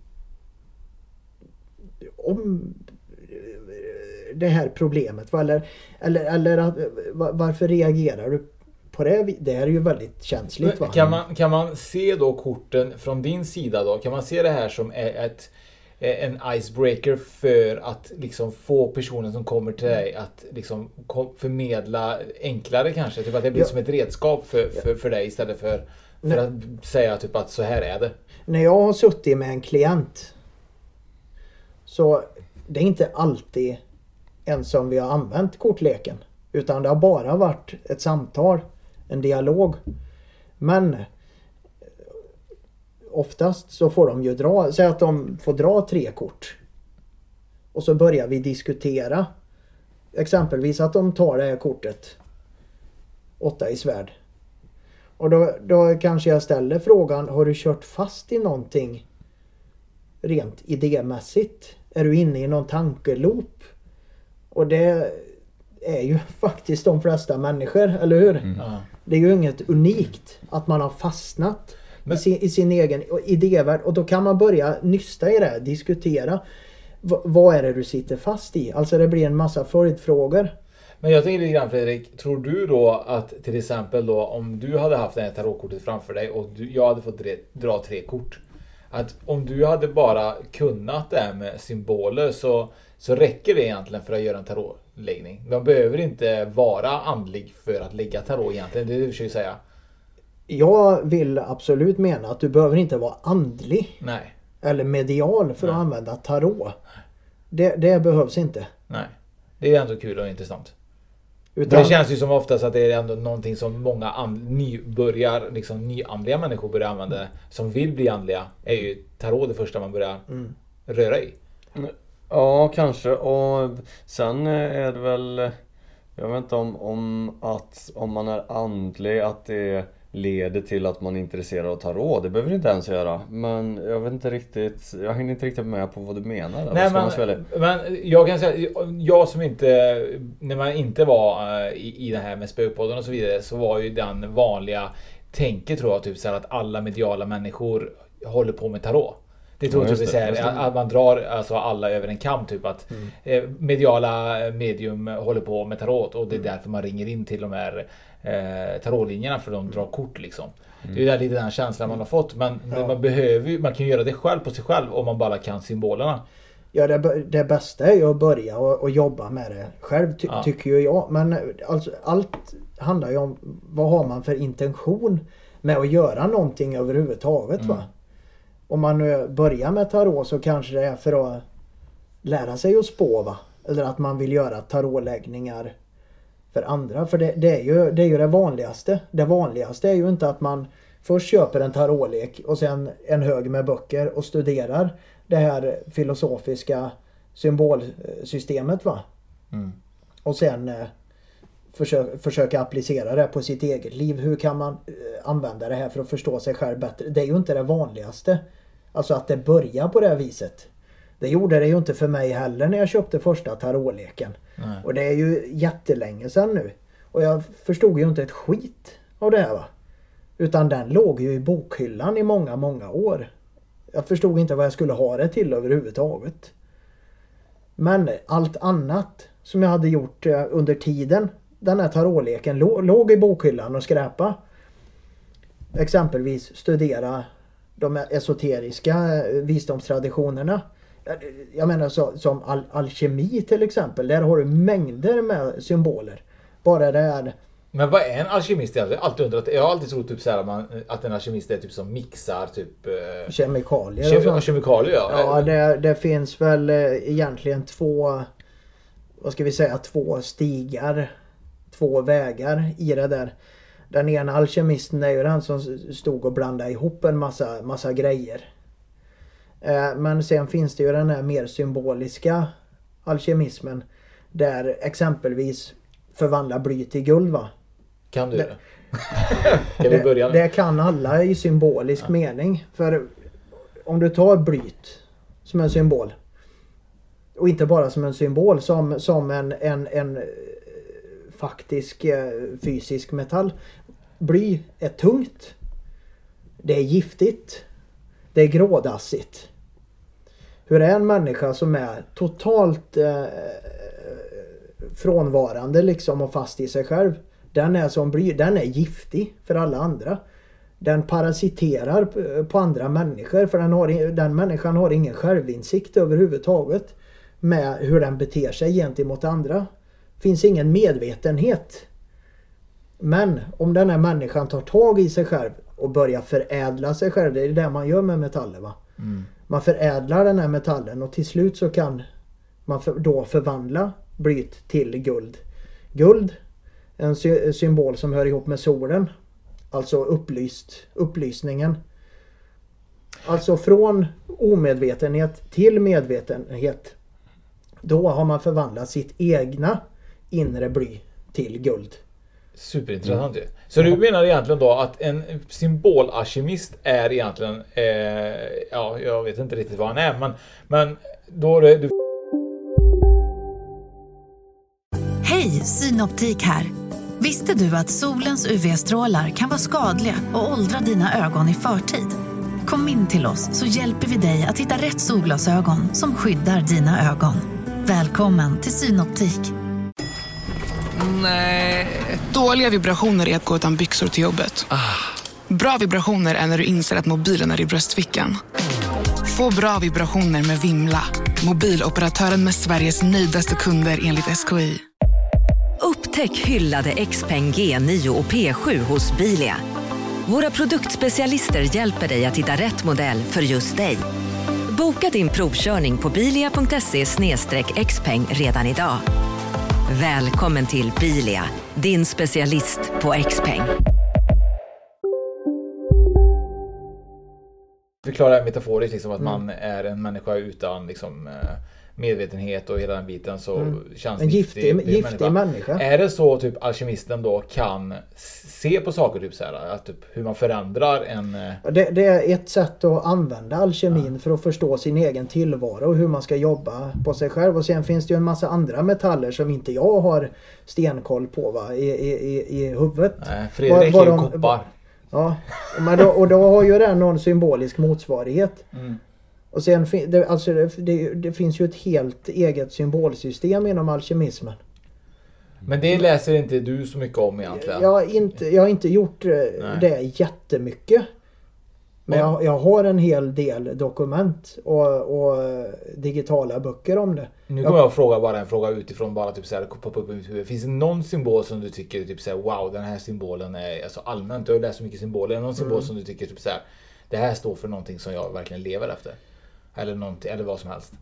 om det här problemet. Eller, eller, eller att, varför reagerar du på det? Det här är ju väldigt känsligt. Va? Kan man, kan man se då korten från din sida då? Kan man se det här som ett, en icebreaker för att liksom få personen som kommer till dig att liksom förmedla enklare kanske? Typ att det blir ja. som ett redskap för, för, för dig istället för, för att säga typ att så här är det. När jag har suttit med en klient så det är inte alltid en som vi har använt kortleken. Utan det har bara varit ett samtal, en dialog. Men oftast så får de ju dra, säg att de får dra tre kort. Och så börjar vi diskutera. Exempelvis att de tar det här kortet. Åtta i svärd. Och då, då kanske jag ställer frågan, har du kört fast i någonting rent idémässigt? Är du inne i någon tankeloop? Och det är ju faktiskt de flesta människor, eller hur? Mm. Det är ju inget unikt att man har fastnat Men... i, sin, i sin egen idévärld. Och då kan man börja nysta i det, diskutera. V- vad är det du sitter fast i? Alltså det blir en massa följdfrågor. Men jag tänker lite grann, Fredrik, tror du då att till exempel då om du hade haft det här tarotkortet framför dig och du, jag hade fått dra, dra tre kort. Att om du hade bara kunnat det här med symboler så, så räcker det egentligen för att göra en tarotläggning. Man behöver inte vara andlig för att lägga tarot egentligen, det är det du försöker säga. Jag vill absolut mena att du behöver inte vara andlig. Nej. Eller medial för Nej. att använda tarot. Det, det behövs inte. Nej, det är ändå kul och intressant. Utan... Det känns ju som oftast att det är ändå någonting som många and- nybörjar, liksom nyandliga människor börjar använda, mm. som vill bli andliga, är ju tarot det första man börjar mm. röra i. Ja, kanske. Och sen är det väl, jag vet inte om, om att om man är andlig att det leder till att man är intresserad av tarot. Det behöver det inte ens göra. Men jag vet inte riktigt, jag hänger inte riktigt med på vad du menar. Nej, men, men jag kan säga, jag som inte, när man inte var i, i det här med spökpodden och så vidare, så var ju den vanliga tänket tror jag typ så här att alla mediala människor håller på med tarot. Det tror jag typ är att man drar alltså alla över en kam typ att mm. mediala medium håller på med tarot och det är därför man ringer in till de här eh, tarotlinjerna för de drar kort liksom. Mm. Det är ju lite den känslan man har fått men ja. man behöver ju, man kan ju göra det själv på sig själv om man bara kan symbolerna. Ja, det, det bästa är ju att börja och, och jobba med det själv ty, ja. tycker ju jag. Men alltså, allt handlar ju om vad har man för intention med att göra någonting överhuvudtaget mm. va? Om man nu börjar med tarot så kanske det är för att lära sig att spå va? Eller att man vill göra tarotläggningar för andra. För det, det, är ju, det är ju det vanligaste. Det vanligaste är ju inte att man först köper en tarotlek och sen en hög med böcker och studerar det här filosofiska symbolsystemet va? Mm. Och sen eh, försöka, försöka applicera det på sitt eget liv. Hur kan man eh, använda det här för att förstå sig själv bättre? Det är ju inte det vanligaste. Alltså att det börjar på det här viset. Det gjorde det ju inte för mig heller när jag köpte första tarotleken. Nej. Och det är ju jättelänge sedan nu. Och jag förstod ju inte ett skit av det här va? Utan den låg ju i bokhyllan i många, många år. Jag förstod inte vad jag skulle ha det till överhuvudtaget. Men allt annat som jag hade gjort under tiden den här tarotleken låg i bokhyllan och skräpa. Exempelvis studera de esoteriska visdomstraditionerna. Jag menar så, som al- alkemi till exempel. Där har du mängder med symboler. Bara det är... Men vad är en alkemist? Jag har alltid undrat. Jag har alltid trott typ så här, man, att en alkemist är typ som mixar typ eh, kemikalier. Kem- kemikalier ja. Ja, det, det finns väl egentligen två, vad ska vi säga, två stigar, två vägar i det där. Den ena alkemisten är ju den som stod och blandade ihop en massa, massa grejer. Eh, men sen finns det ju den här mer symboliska alkemismen där exempelvis förvandla bly till guld va? Kan du det? Kan vi börja det, det kan alla i symbolisk ja. mening. För om du tar blyt som en symbol och inte bara som en symbol, som, som en, en, en faktisk fysisk metall. Bly är tungt. Det är giftigt. Det är grådassigt. Hur är en människa som är totalt eh, frånvarande liksom och fast i sig själv? Den är som bly, den är giftig för alla andra. Den parasiterar på andra människor, för den, har, den människan har ingen självinsikt överhuvudtaget med hur den beter sig gentemot andra. Finns ingen medvetenhet. Men om den här människan tar tag i sig själv och börjar förädla sig själv, det är det man gör med metaller, va? Mm. Man förädlar den här metallen och till slut så kan man för, då förvandla blyt till guld. Guld, en sy- symbol som hör ihop med solen. Alltså upplyst, upplysningen. Alltså från omedvetenhet till medvetenhet. Då har man förvandlat sitt egna inre bly till guld. Superintressant ju. Mm. Så du menar egentligen då att en symbolalkemist är egentligen eh, ja, jag vet inte riktigt vad han är, men, men då är det, du... Hej, Synoptik här. Visste du att solens U V-strålar kan vara skadliga och åldra dina ögon i förtid? Kom in till oss så hjälper vi dig att hitta rätt solglasögon som skyddar dina ögon. Välkommen till Synoptik. Nej. Dåliga vibrationer är att gå utan byxor till jobbet. Ah. Bra vibrationer är när du inser att mobilen är i bröstfickan. Få bra vibrationer med Vimla. Mobiloperatören med Sveriges nöjdaste kunder enligt S K I. Upptäck hyllade Xpeng G nio och P sju hos Bilia. Våra produktspecialister hjälper dig att hitta rätt modell för just dig. Boka din provkörning på bilia punkt se slash xpeng redan idag. Välkommen till Bilia, din specialist på Xpeng. Förklara metaforiskt liksom att mm. man är en människa utan liksom medvetenhet och hela den biten, så mm. känns en giftig, giftig, giftig människa. Är det så typ alkemisten då kan se på saker typ så här, att typ hur man förändrar en... Det, det är ett sätt att använda alkemin ja. för att förstå sin egen tillvaro och hur man ska jobba på sig själv. Och sen finns det ju en massa andra metaller som inte jag har stenkoll på, va, i, i, i huvudet. Nej, Fredrik är ju koppar. Ja, men då, och då har ju det någon symbolisk motsvarighet. Mm. Och sen det, alltså det, det, det finns ju ett helt eget symbolsystem inom alkemismen. Men det läser inte du så mycket om egentligen? Jag har inte, jag har inte gjort Nej. det jättemycket. Men jag, jag har en hel del dokument och, och digitala böcker om det. Nu kommer jag att fråga bara en fråga utifrån, bara typ så här, poppa upp i mitt huvud. Finns det någon symbol som du tycker typ så här, wow, den här symbolen är alltså allmänt, du har läst så mycket symboler, någon symbol mm. som du tycker typ så här, det här står för någonting som jag verkligen lever efter? Eller någonting, eller vad som helst.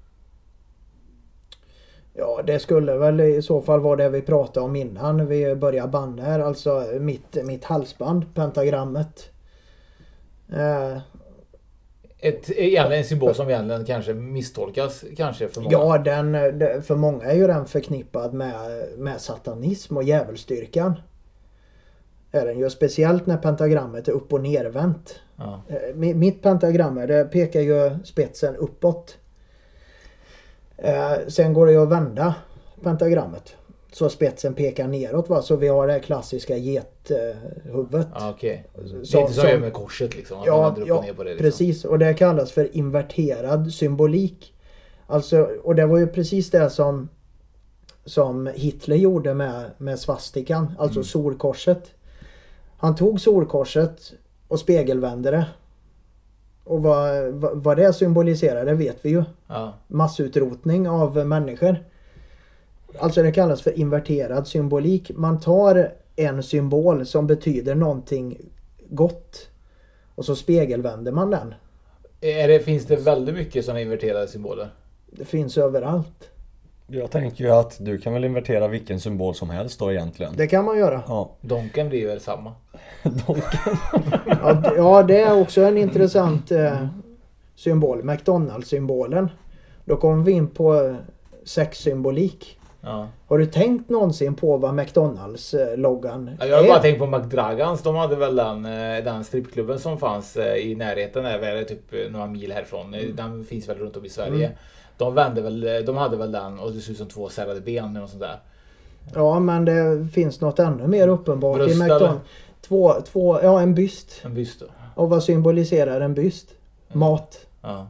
Ja, det skulle väl i så fall vara det vi pratade om innan vi började banda här. Alltså mitt, mitt halsband, pentagrammet. Eh, Ett, egentligen en symbol som egentligen kanske misstolkas kanske för många. Ja, den, för många är ju den förknippad med, med satanism och djävulsstyrkan. Är den ju, speciellt när pentagrammet är upp- och nervänt. Ja. Mitt pentagram det pekar ju spetsen uppåt. Eh, sen går det ju att vända pentagrammet så spetsen pekar neråt, va? Så vi har det här klassiska gethuvudet. Ja, okej. Okay. Det är inte så som med korset liksom. Ja, ja ner på det, liksom. Precis. Och det kallas för inverterad symbolik. Alltså, och det var ju precis det som som Hitler gjorde med, med svastikan, alltså mm. solkorset. Han tog solkorset och spegelvände det. Och vad, vad, vad det symboliserar, det vet vi ju. Ja. Massutrotning av människor. Alltså det kallas för inverterad symbolik. Man tar en symbol som betyder någonting gott och så spegelvänder man den. Är det, finns det väldigt mycket sådana inverterade symboler? Det finns överallt. Jag tänker ju att du kan väl invertera vilken symbol som helst då egentligen. Det kan man göra. Ja. Donken blir väl samma. Donken. ja, d- ja, det är också en intressant eh, symbol. McDonald's-symbolen. Då kommer vi in på sexsymbolik. Ja. Har du tänkt någonsin på vad McDonalds-loggan ja, Jag har är? bara tänkt på McDragans. De hade väl den, den strippklubben som fanns i närheten, eller typ några mil härifrån. Mm. Den finns väl runt om i Sverige. Mm. De vände väl, de hade väl den och det ser ut som två särade ben eller något sånt där. Ja, men det finns något ännu mer uppenbart. Bröst, i McDonalds. Två, två, ja, en byst. En byst då. Och vad symboliserar en byst? Mat. Ja.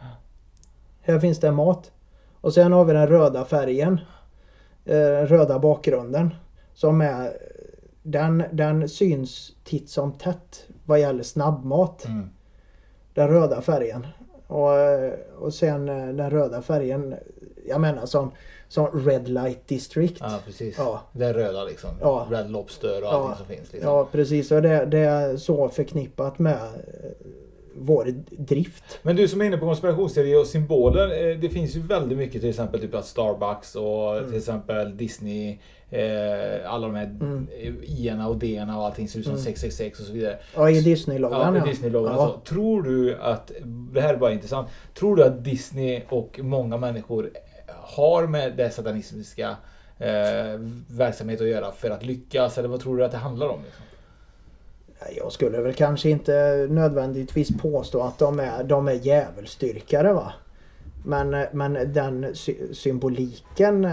Här finns det mat. Och sen har vi den röda färgen. Eh, röda bakgrunden. Som är... Den, den syns titt som tätt vad gäller snabbmat. Mm. Den röda färgen. Och, och sen den röda färgen... Jag menar som... Som Red Light District. Ja, precis. Ja. Det är röda liksom. Ja. Red Lobster och allting ja. som finns. Liksom. Ja, precis. Och det, det är så förknippat med vår drift. Men du som är inne på konspirationsteorier och symboler. Det finns ju väldigt mycket, till exempel typ att Starbucks och mm. till exempel Disney. Eh, alla de här mm. I-erna och D-erna och allting ser ut som mm. sex sex sex och så vidare. Ja, i Disney-loggan. Ja, i Disney-loggan. Ja. Så, tror du att, det här är bara intressant. Tror du att Disney och många människor har med det satanistiska eh, verksamhet att göra för att lyckas, eller vad tror du att det handlar om? Liksom? Jag skulle väl kanske inte nödvändigtvis påstå att de är, de är djävulsdyrkare, va? Men, men den sy- symboliken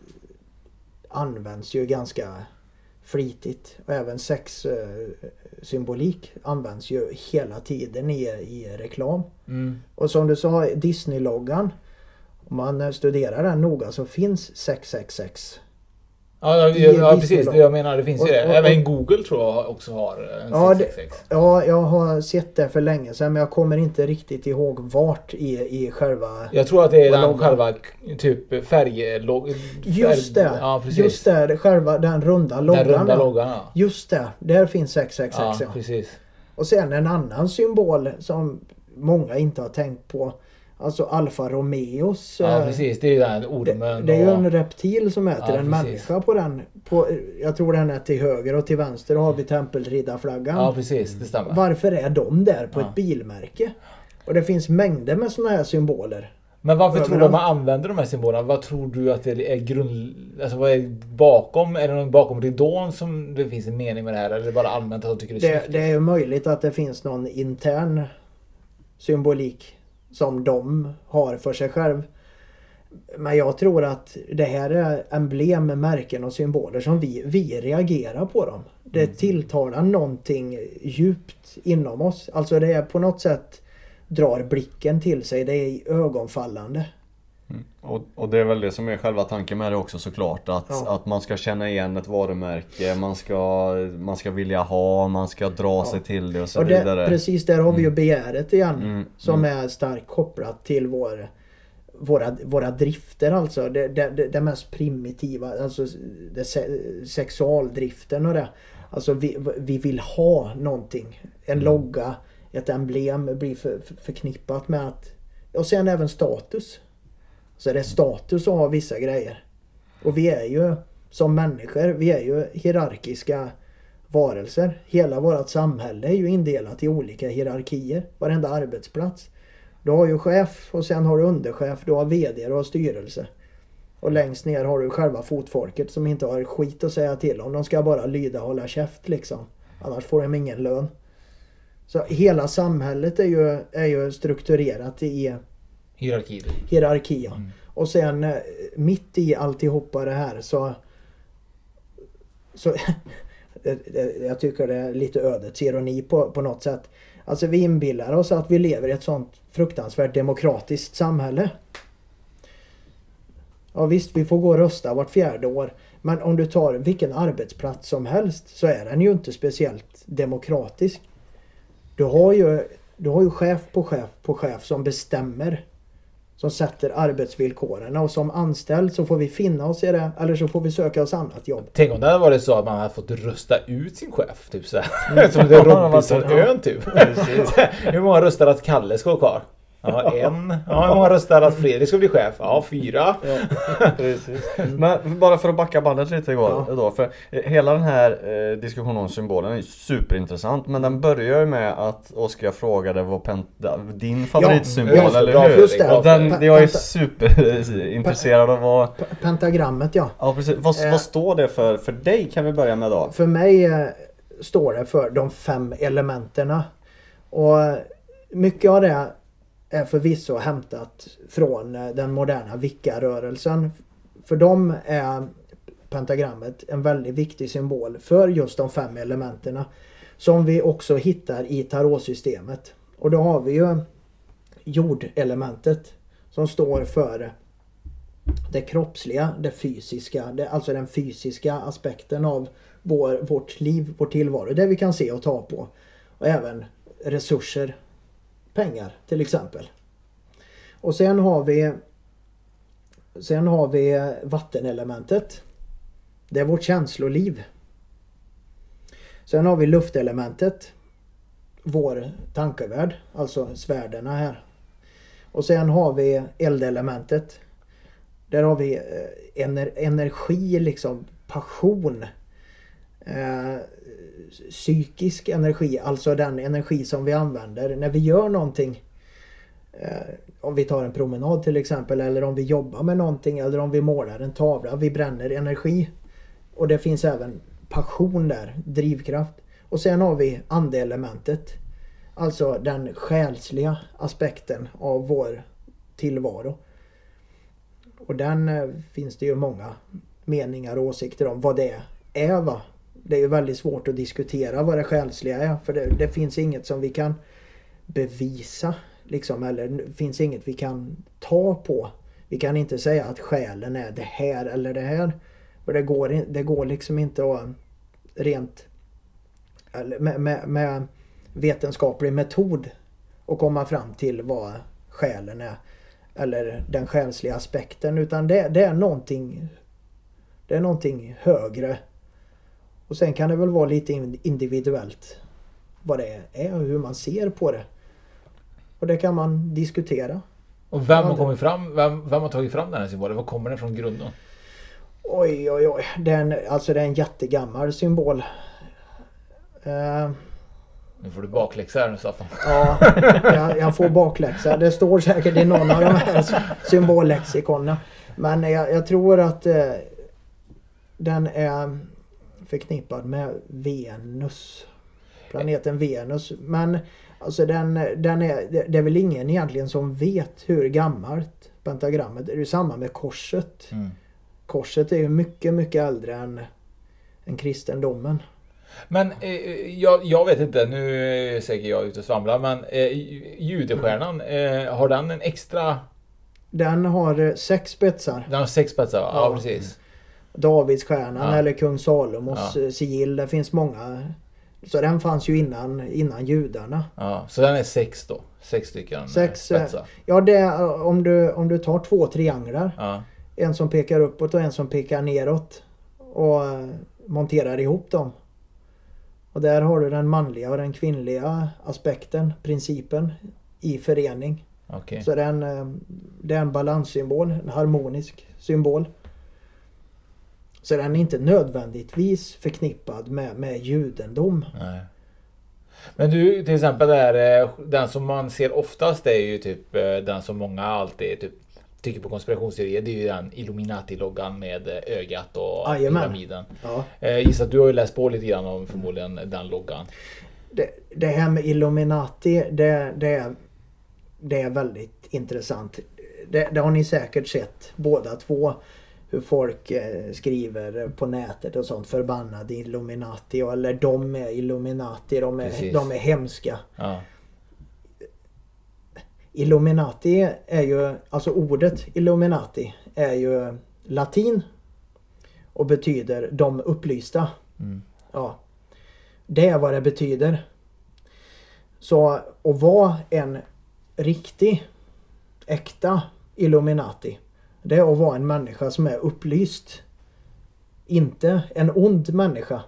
används ju ganska flitigt. Och även sexsymbolik används ju hela tiden i, i reklam. Mm. Och som du sa, Disney-loggan, om man studerar den noga så finns sex sex sex. Ja, ja, ja precis. Det jag menar, det finns och, ju det. Och, och, Även Google tror jag också har en ja, sex sex sex. Det, ja, jag har sett det för länge sedan, men jag kommer inte riktigt ihåg vart i, i själva... Jag tror att det är den själva typ färgloggan. Just det. Ja, precis. Just det, själva den runda loggan. Den runda loggan, ja. Just det, där finns sex sex sex. Ja, ja, precis. Och sen en annan symbol som många inte har tänkt på. Alltså Alfa Romeos. Ja, precis. Det är ju den ormen. Det, det är ju en reptil som äter ja, en precis. människa på den. På, jag tror den är till höger och till vänster har vi tempelriddarflaggan. Ja, precis. Det stämmer. Varför är de där på ja. ett bilmärke? Och det finns mängder med såna här symboler. Men varför tror du att man använder de här symbolerna? Vad tror du att det är grund... Alltså vad är bakom? Är det någon bakom ridån som det finns en mening med det här? Eller är det bara allmänt att de tycker det är det, snyggt? det är ju möjligt att det finns någon intern symbolik som de har för sig själv. Men jag tror att det här är emblem, märken och symboler som vi, vi reagerar på dem. Det mm. tilltalar någonting djupt inom oss. Alltså det är på något sätt drar blicken till sig. Det är ögonfallande. Mm. Och, och det är väl det som är själva tanken med det också, såklart. Att, ja. att man ska känna igen ett varumärke. Man ska, man ska vilja ha. Man ska dra ja. sig till det och så och det, vidare. Precis, där har vi ju mm. begäret igen. Mm. Som mm. är starkt kopplat till vår, våra, våra drifter. Alltså det, det, det, det mest primitiva. Alltså det, sexualdriften och det. Alltså vi, vi vill ha någonting. En mm. logga. Ett emblem blir för, för, förknippat med att... Och sen även status. Så det är status att ha vissa grejer. Och vi är ju som människor, vi är ju hierarkiska varelser. Hela vårt samhälle är ju indelat i olika hierarkier. Varenda arbetsplats. Du har ju chef och sen har du underchef, du har vd och styrelse. Och längst ner har du själva fotfolket som inte har skit att säga till om. De ska bara lyda och hålla käft liksom. Annars får de ingen lön. Så hela samhället är ju, är ju strukturerat i hierarki. Hierarki, ja. Mm. Och sen mitt i alltihopa det här så, så jag tycker det är lite ödets ironi på, på något sätt. Alltså vi inbillar oss att vi lever i ett sånt fruktansvärt demokratiskt samhälle. Ja visst, vi får gå och rösta vart fjärde år. Men om du tar vilken arbetsplats som helst så är den ju inte speciellt demokratisk. Du har ju, du har ju chef på chef på chef som bestämmer. Som sätter arbetsvillkoren. Och som anställd så får vi finna oss i det. Eller så får vi söka oss annat jobb. Tänk om det hade varit så att man hade fått rösta ut sin chef. Typ så här. Mm. Som det är Robinson-ön typ. Hur många röstar att Kalle ska vara kvar? Ja, en. Ja, jag har röstat att Fredrik ska bli chef. Ja, fyra. Ja, precis. Men bara för att backa bandet lite igår ja. då. För hela den här eh, diskussionen om symbolen är superintressant. Men den börjar ju med att Oskar frågade vad penta, din favoritsymbol ja, eller ja, hur? Just det. Och den, P- jag är superintresserad av vad... P- pentagrammet, ja. Ja, precis. Vad, eh, vad står det för? För dig kan vi börja med då. För mig eh, står det för de fem elementerna. Och mycket av det är förvisso hämtat från den moderna Wicca-rörelsen. För dem är pentagrammet en väldigt viktig symbol för just de fem elementerna som vi också hittar i tarotsystemet. Och då har vi ju jordelementet som står för det kroppsliga, det fysiska, det, alltså den fysiska aspekten av vår, vårt liv, vår tillvaro. Det vi kan se och ta på. Och även resurser, pengar till exempel. Och sen har vi sen har vi vattenelementet. Det är vårt känsloliv. Sen har vi luftelementet. Vår tankevärld, alltså svärderna här. Och sen har vi eldelementet. Där har vi ener- energi, liksom passion. Eh, psykisk energi, alltså den energi som vi använder när vi gör någonting. Eh, om vi tar en promenad till exempel, eller om vi jobbar med någonting, eller om vi målar en tavla, vi bränner energi. Och det finns även passion där, drivkraft. Och sen har vi andelementet, alltså den själsliga aspekten av vår tillvaro. Och den eh, finns det ju många meningar och åsikter om vad det är, va? Det är ju väldigt svårt att diskutera vad det själsliga är. För det, det finns inget som vi kan bevisa. Liksom, eller det finns inget vi kan ta på. Vi kan inte säga att själen är det här eller det här. För det går, det går liksom inte att rent eller med, med, med vetenskaplig metod att komma fram till vad själen är. Eller den själsliga aspekten. Utan det, det är någonting, det är någonting högre. Och sen kan det väl vara lite individuellt vad det är och hur man ser på det. Och det kan man diskutera. Och vem har kommit fram, vem, vem har tagit fram den här symbolen? Var kommer den från grunden? Oj, oj, oj. Den, alltså det är en jättegammal symbol. Uh, nu får du bakläxa här nu, Staffan. Ja, jag, jag får bakläxa. Det står säkert i någon av de här symbollexikonerna. Men jag, jag tror att uh, den är förknippad med Venus. Planeten Venus. Men alltså den, den är, det är väl ingen egentligen som vet hur gammalt pentagrammet är. Det är ju samma med korset. Mm. Korset är ju mycket, mycket äldre än, än kristendomen. Men eh, jag, jag vet inte, nu är säkert jag ute och svamlar, men eh, judestjärnan, eh, har den en extra... Den har sex spetsar. Den har sex spetsar, ja, ja precis. Davidsstjärnan ja. eller kung Salomos ja. sigill, det finns många. Så den fanns ju innan, innan judarna. Ja, så den är sex då? Sex stycken sex, spetsar? Ja, det är, om, du, om du tar två trianglar. Ja. En som pekar uppåt och en som pekar neråt. Och monterar ihop dem. Och där har du den manliga och den kvinnliga aspekten, principen i förening. Okay. Så det är, en, det är en balanssymbol, en harmonisk symbol. Så den är inte nödvändigtvis förknippad med, med judendom. Nej. Men du, till exempel där, den som man ser oftast är ju typ den som många alltid typ, tycker på konspirationsteorier. Det är ju den Illuminati-loggan med ögat och Ajamän. pyramiden. Ja. Eh, gissar att du har ju läst på lite grann om förmodligen den loggan. Det, det här med Illuminati, det, det, är, det är väldigt intressant. Det, det har ni säkert sett båda två. Hur folk eh, skriver på nätet och sånt. Förbannade Illuminati. Eller de är Illuminati. De är, de är hemska. Ja. Illuminati är ju, alltså ordet Illuminati är ju latin. Och betyder de upplysta. Mm. Ja. Det är vad det betyder. Så att vara en riktig, äkta Illuminati. Det är att vara en människa som är upplyst. Inte en ond människa.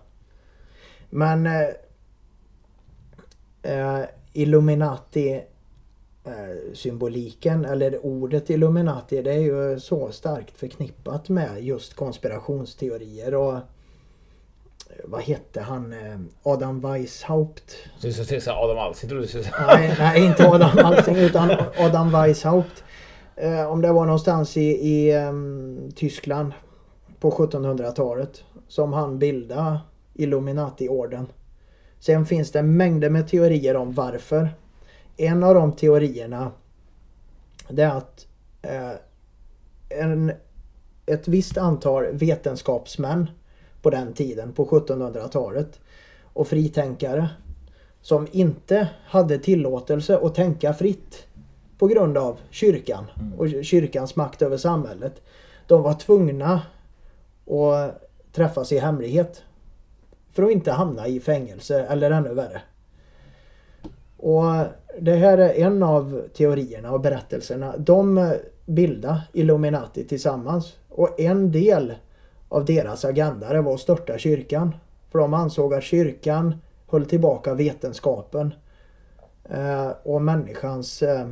Men eh, eh, Illuminati eh, symboliken eller ordet Illuminati, det är ju så starkt förknippat med just konspirationsteorier och vad hette han? Adam Weishaupt. Du ska säga Adam Alsing, tror du? Nej, nej, inte Adam Alsing utan Adam Weishaupt. Eh, om det var någonstans i, i um, Tyskland på sjuttonhundratalet som han bildade Illuminati-orden. Sen finns det mängder med teorier om varför. En av de teorierna det är att eh, en, ett visst antal vetenskapsmän på den tiden, på sjuttonhundratalet, och fritänkare som inte hade tillåtelse att tänka fritt på grund av kyrkan och kyrkans makt över samhället. De var tvungna att träffas i hemlighet för att inte hamna i fängelse eller ännu värre. Och det här är en av teorierna och berättelserna. De bildade Illuminati tillsammans och en del av deras agenda var att störta kyrkan. För de ansåg att kyrkan höll tillbaka vetenskapen eh, och människans, eh,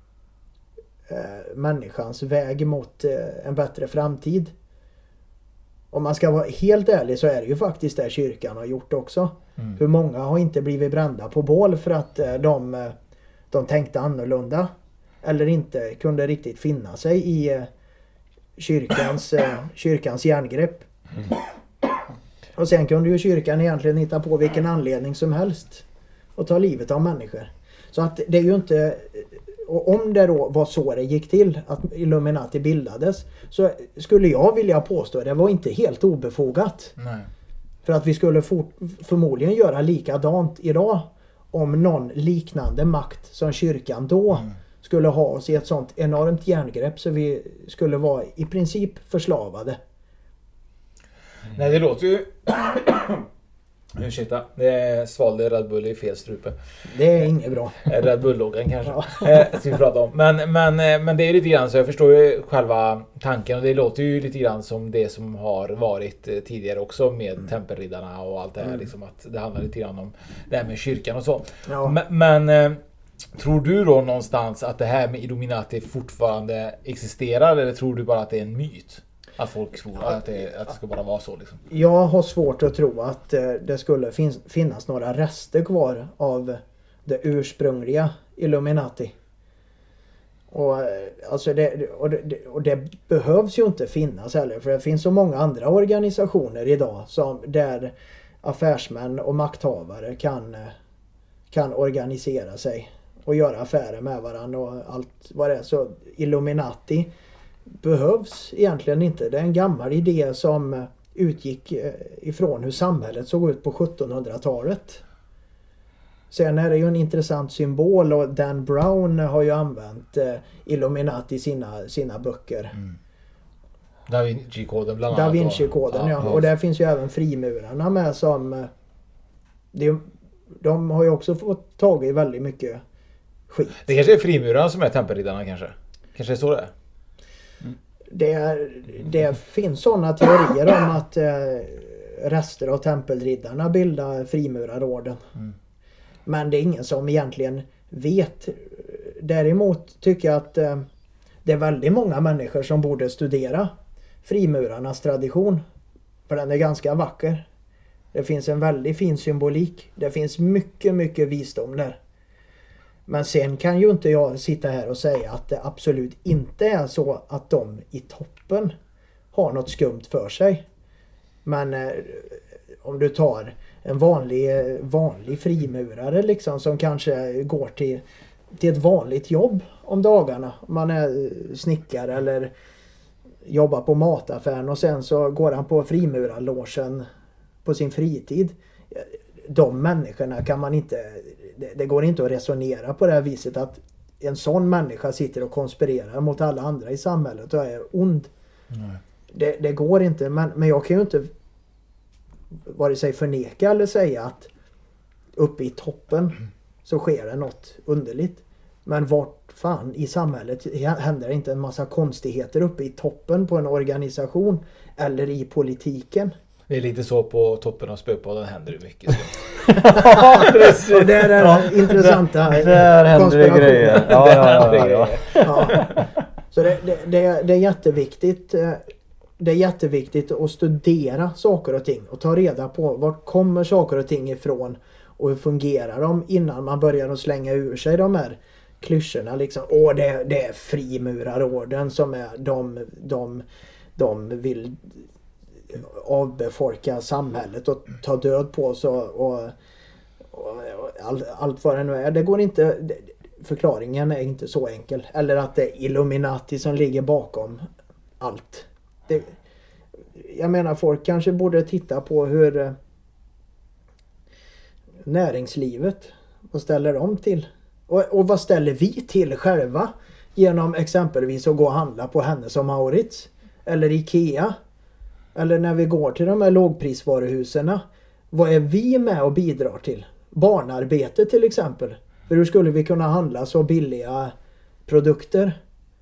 människans väg mot eh, en bättre framtid. Om man ska vara helt ärlig så är det ju faktiskt det kyrkan har gjort också. Mm. Hur många har inte blivit brända på bål för att eh, de, de tänkte annorlunda eller inte kunde riktigt finna sig i eh, kyrkans, eh, kyrkans järngrepp. Mm. Och sen kunde ju kyrkan egentligen hitta på vilken anledning som helst och ta livet av människor. Så att det är ju inte, och om det då var så det gick till att Illuminati bildades, så skulle jag vilja påstå att det var inte helt obefogat. Nej. För att vi skulle for, förmodligen göra likadant idag om någon liknande makt som kyrkan då mm. skulle ha oss i ett sånt enormt järngrepp så vi skulle vara i princip förslavade. Mm. Nej, det låter ju... Ursäkta, det svalde Red Bull i fel strupe. Det är inget bra. Red Bull-loggan kanske. Ja. Ska vi prata om. Men, men, men det är lite grann så jag förstår ju själva tanken och det låter ju lite grann som det som har varit tidigare också med mm. tempelriddarna och allt det här. Mm. Liksom att det handlar lite grann om det här med kyrkan och så. Ja. Men, men tror du då någonstans att det här med Illuminati fortfarande existerar eller tror du bara att det är en myt? Att folk tror att det, att det ska bara vara så liksom. Jag har svårt att tro att det skulle fin- finnas några rester kvar av det ursprungliga Illuminati. Och, alltså det, och, det, och det behövs ju inte finnas heller. För det finns så många andra organisationer idag som, där affärsmän och makthavare kan, kan organisera sig och göra affärer med varandra och allt vad det är. Så Illuminati behövs egentligen inte. Det är en gammal idé som utgick ifrån hur samhället såg ut på sjuttonhundratalet. Sen är det ju en intressant symbol och Dan Brown har ju använt Illuminati i sina, sina böcker. Mm. Da Vinci-koden bland annat. Da Vinci-koden, ja. ja. Och där finns ju även frimurarna med som... Det, de har ju också fått tag i väldigt mycket skit. Det kanske är frimurarna som är tempelriddarna kanske. Kanske är så det är. Det, det finns sådana teorier om att eh, rester av tempelriddarna bildar frimurarorden. Mm. Men det är ingen som egentligen vet. Däremot tycker jag att eh, det är väldigt många människor som borde studera frimurarnas tradition. För den är ganska vacker. Det finns en väldigt fin symbolik. Det finns mycket, mycket visdom där. Men sen kan ju inte jag sitta här och säga att det absolut inte är så att de i toppen har något skumt för sig. Men eh, om du tar en vanlig, vanlig frimurare liksom, som kanske går till, till ett vanligt jobb om dagarna. Man är snickare eller jobbar på mataffären och sen så går han på frimurarlogen på sin fritid. De människorna kan man inte... Det, det går inte att resonera på det här viset att en sån människa sitter och konspirerar mot alla andra i samhället och är ond. Nej. Det, det går inte, men, men jag kan ju inte vare sig förneka eller säga att uppe i toppen mm. så sker det något underligt. Men vart fan i samhället händer inte en massa konstigheter uppe i toppen på en organisation eller i politiken? Det är lite så på toppen av Spökpodden händer det mycket. Ja, precis. Och där är ja, intressanta där, där händer det grejer. Ja, ja, ja, ja, ja. Ja. Så det, det, det, det är jätteviktigt. Det är jätteviktigt att studera saker och ting och ta reda på vart kommer saker och ting ifrån och hur fungerar de innan man börjar att slänga ur sig de här klyschorna liksom. Åh, det, det är frimurarorden som är de, de, de vill avbefolka samhället och ta död på oss och, och, och, och all, allt vad det nu är. Det går inte, förklaringen är inte så enkel. Eller att det är Illuminati som ligger bakom allt. Det, jag menar, folk kanske borde titta på hur näringslivet, vad ställer de till? Och, och vad ställer vi till själva genom exempelvis att gå och handla på Hennes och Mauritz eller Ikea? Eller när vi går till de här lågprisvaruhuserna, vad är vi med och bidrar till? Barnarbete till exempel. För hur skulle vi kunna handla så billiga produkter?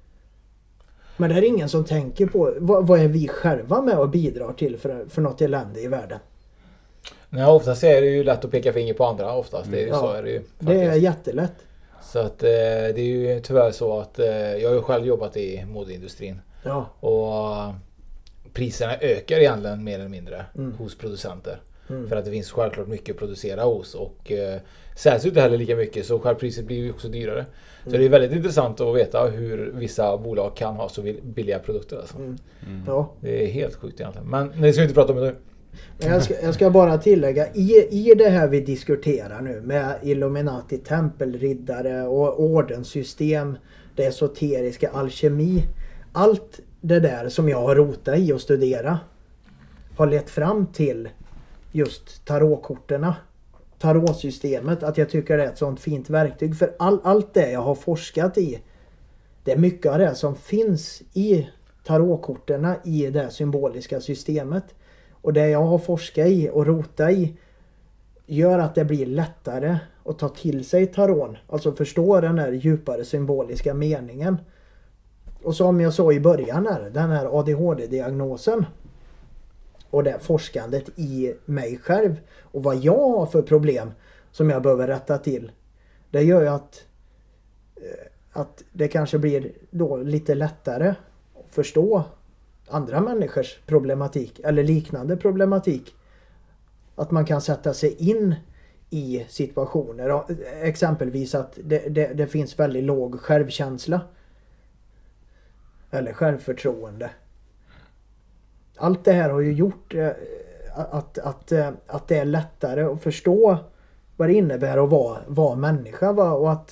Men det är ingen som tänker på vad, vad är vi själva med och bidrar till för, för något elände i världen. Nej, oftast är det ju lätt att peka finger på andra. Oftast det är ju ja, så är det ju. Faktiskt. Det är jättelätt. Så att eh, det är ju tyvärr så att eh, jag har ju själv jobbat i modeindustrin. Ja. Och priserna ökar egentligen mer eller mindre mm. hos producenter. Mm. För att det finns självklart mycket att producera hos. Och eh, säljs inte heller lika mycket, så självpriset blir ju också dyrare. Mm. Så det är väldigt intressant att veta hur vissa bolag kan ha så billiga produkter. Alltså. Mm. Mm. Ja. Det är helt sjukt egentligen. Men det ska vi inte prata om det nu. Jag ska, jag ska bara tillägga, i, i det här vi diskuterar nu med Illuminati, tempelriddare och ordenssystem, det esoteriska, alkemi, allt det där som jag har rotat i och studera har lett fram till just tarotkorterna, tarotsystemet, att jag tycker det är ett sånt fint verktyg. För all, allt det jag har forskat i, det är mycket av det som finns i tarotkorterna i det symboliska systemet. Och det jag har forskat i och rotat i gör att det blir lättare att ta till sig taron. Alltså förstå den här djupare symboliska meningen. Och som jag sa i början här, den här A D H D-diagnosen och det forskandet i mig själv och vad jag har för problem som jag behöver rätta till. Det gör ju att, att det kanske blir då lite lättare att förstå andra människors problematik eller liknande problematik. Att man kan sätta sig in i situationer. Exempelvis att det, det, det finns väldigt låg självkänsla. Eller självförtroende. Allt det här har ju gjort att, att, att det är lättare att förstå vad det innebär att vara, vara människa. Och att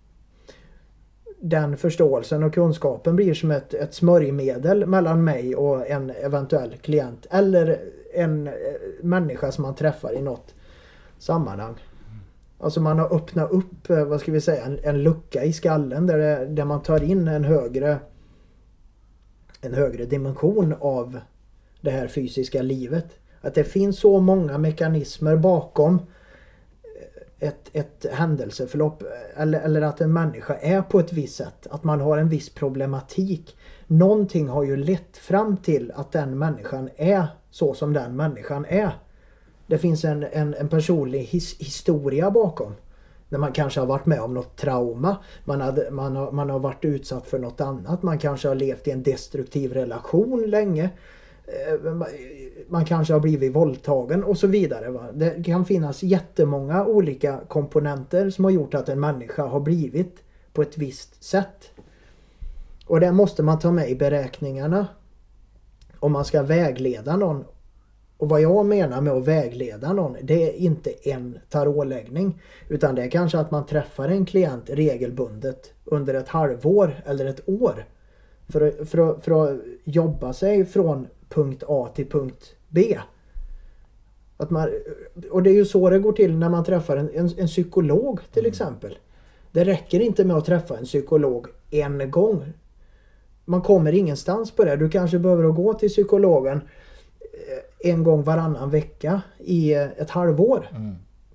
den förståelsen och kunskapen blir som ett, ett smörjmedel mellan mig och en eventuell klient eller en människa som man träffar i något sammanhang. Alltså man har öppnat upp, vad ska vi säga, en, en lucka i skallen där, det, där man tar in en högre en högre dimension av det här fysiska livet. Att det finns så många mekanismer bakom ett, ett händelseförlopp eller, eller att en människa är på ett visst sätt. Att man har en viss problematik. Någonting har ju lett fram till att den människan är så som den människan är. Det finns en, en, en personlig his, historia bakom. När man kanske har varit med om något trauma. Man, hade, man, har, man har varit utsatt för något annat. Man kanske har levt i en destruktiv relation länge. Man kanske har blivit våldtagen och så vidare. Va? Det kan finnas jättemånga olika komponenter som har gjort att en människa har blivit på ett visst sätt. Och det måste man ta med i beräkningarna om man ska vägleda någon. Och vad jag menar med att vägleda någon, det är inte en tarotläggning. Utan det är kanske att man träffar en klient regelbundet under ett halvår eller ett år. För, för, att, för att jobba sig från punkt A till punkt B. Att man, och det är ju så det går till när man träffar en, en, en psykolog till mm. exempel. Det räcker inte med att träffa en psykolog en gång. Man kommer ingenstans på det. Du kanske behöver gå till psykologen en gång varannan vecka i ett halvår. Mm.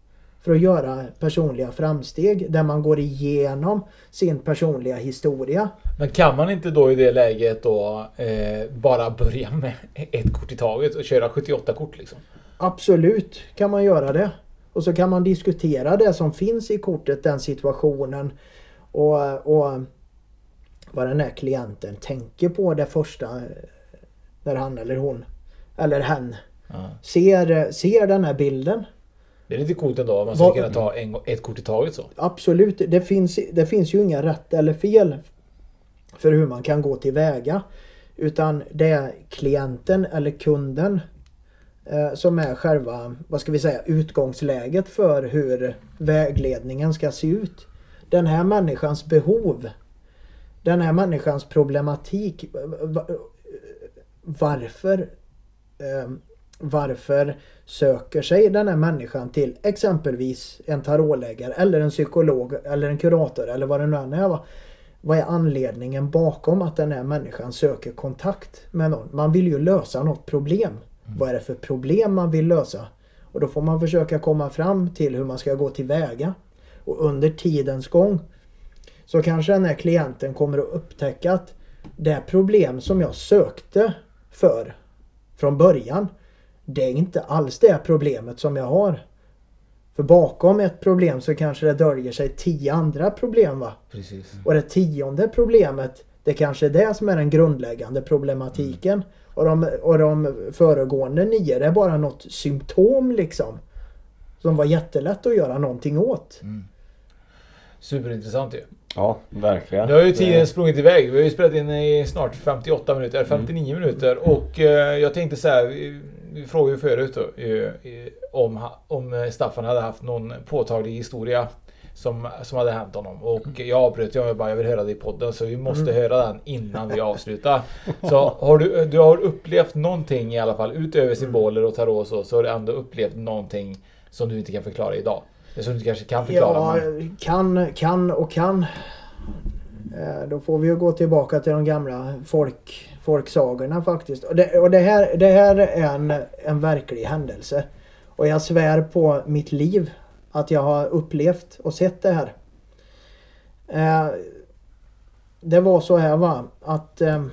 för att göra personliga framsteg där man går igenom sin personliga historia. Men kan man inte då i det läget då eh, bara börja med ett kort i taget och köra sjuttioåtta kort liksom? Absolut kan man göra det. Och så kan man diskutera det som finns i kortet, den situationen och, och vad den här klienten tänker på det första när han eller hon eller hen ja. ser, ser den här bilden. Det är lite coolt ändå, man ska Vad, kunna ta en, ett kort i taget så. Absolut, det finns, det finns ju inga rätt eller fel för hur man kan gå tillväga. Utan det är klienten eller kunden eh, som är själva, vad ska vi säga, utgångsläget för hur vägledningen ska se ut. Den här människans behov, den här människans problematik, varför eh, varför söker sig den här människan till exempelvis en tarotläggare eller en psykolog eller en kurator eller vad det nu är. Va? Vad är anledningen bakom att den här människan söker kontakt med någon? Man vill ju lösa något problem. Mm. Vad är det för problem man vill lösa? Och då får man försöka komma fram till hur man ska gå tillväga. Och under tidens gång så kanske den här klienten kommer att upptäcka att det problem som jag sökte för från början, det är inte alls det problemet som jag har. För bakom ett problem så kanske det döljer sig tio andra problem, va? Precis. Och det tionde problemet, det kanske är det som är den grundläggande problematiken. Mm. Och, de, och de föregående nio, det är bara något symptom liksom. Som var jättelätt att göra någonting åt. Mm. Superintressant ju. Ja, verkligen. Nu har ju tiden sprungit iväg. Vi har ju spelat in i snart femtioåtta minuter, femtionio mm. minuter. Och eh, jag tänkte så här, vi, vi frågade ju förut då, eh, om, om Staffan hade haft någon påtaglig historia som, som hade hänt honom. Och jag avbröt, jag bara, jag vill höra det i podden, så vi måste mm. höra den innan vi avslutar. Så har du, du har upplevt någonting i alla fall, utöver symboler och tarot så, så har du ändå upplevt någonting som du inte kan förklara idag. Det som du kanske kan förklara. Ja, men... kan, kan och kan. Eh, då får vi ju gå tillbaka till de gamla folk, folksagorna faktiskt. Och, det, och det, här, det här är en, en verklig händelse. Och jag svär på mitt liv att jag har upplevt och sett det här. Eh, det var så här, va, att eh,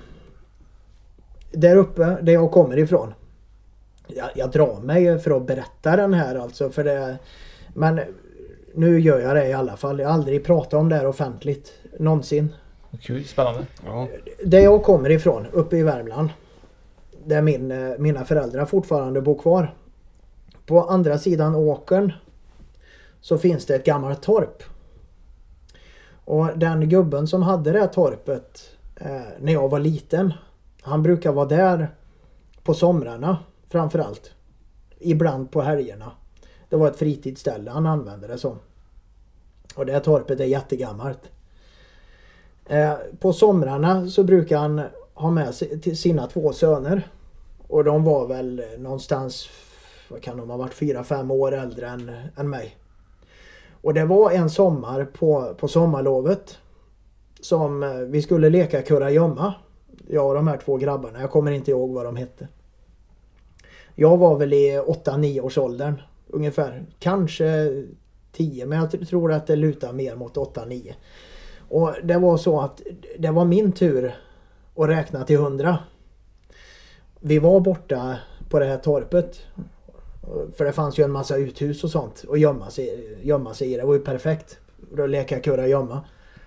där uppe, där jag kommer ifrån. Jag, jag drar mig för att berätta den här alltså, för det. Men nu gör jag det i alla fall. Jag har aldrig pratat om det här offentligt. Någonsin. Kul, spännande. Ja. Där jag kommer ifrån, uppe i Värmland. Där min, mina föräldrar fortfarande bor kvar. På andra sidan åkern så finns det ett gammalt torp. Och den gubben som hade det här torpet eh, när jag var liten. Han brukar vara där på somrarna framförallt. Ibland på helgerna. Det var ett fritidsställe han använde det som. Och det här torpet är jättegammalt. Eh, på somrarna så brukar han ha med sig till sina två söner. Och de var väl någonstans, vad kan de ha varit, fyra, fem år äldre än, än mig. Och det var en sommar på, på sommarlovet som vi skulle leka kurragömma. Jag och de här två grabbarna, jag kommer inte ihåg vad de hette. Jag var väl i åtta nio års åldern. Ungefär, kanske tio, men jag tror att det lutar mer mot åtta nio. Och det var så att det var min tur att räkna till hundra. Vi var borta på det här torpet. För det fanns ju en massa uthus och sånt att gömma sig, gömma sig i. Det var ju perfekt för att leka kurra gömma.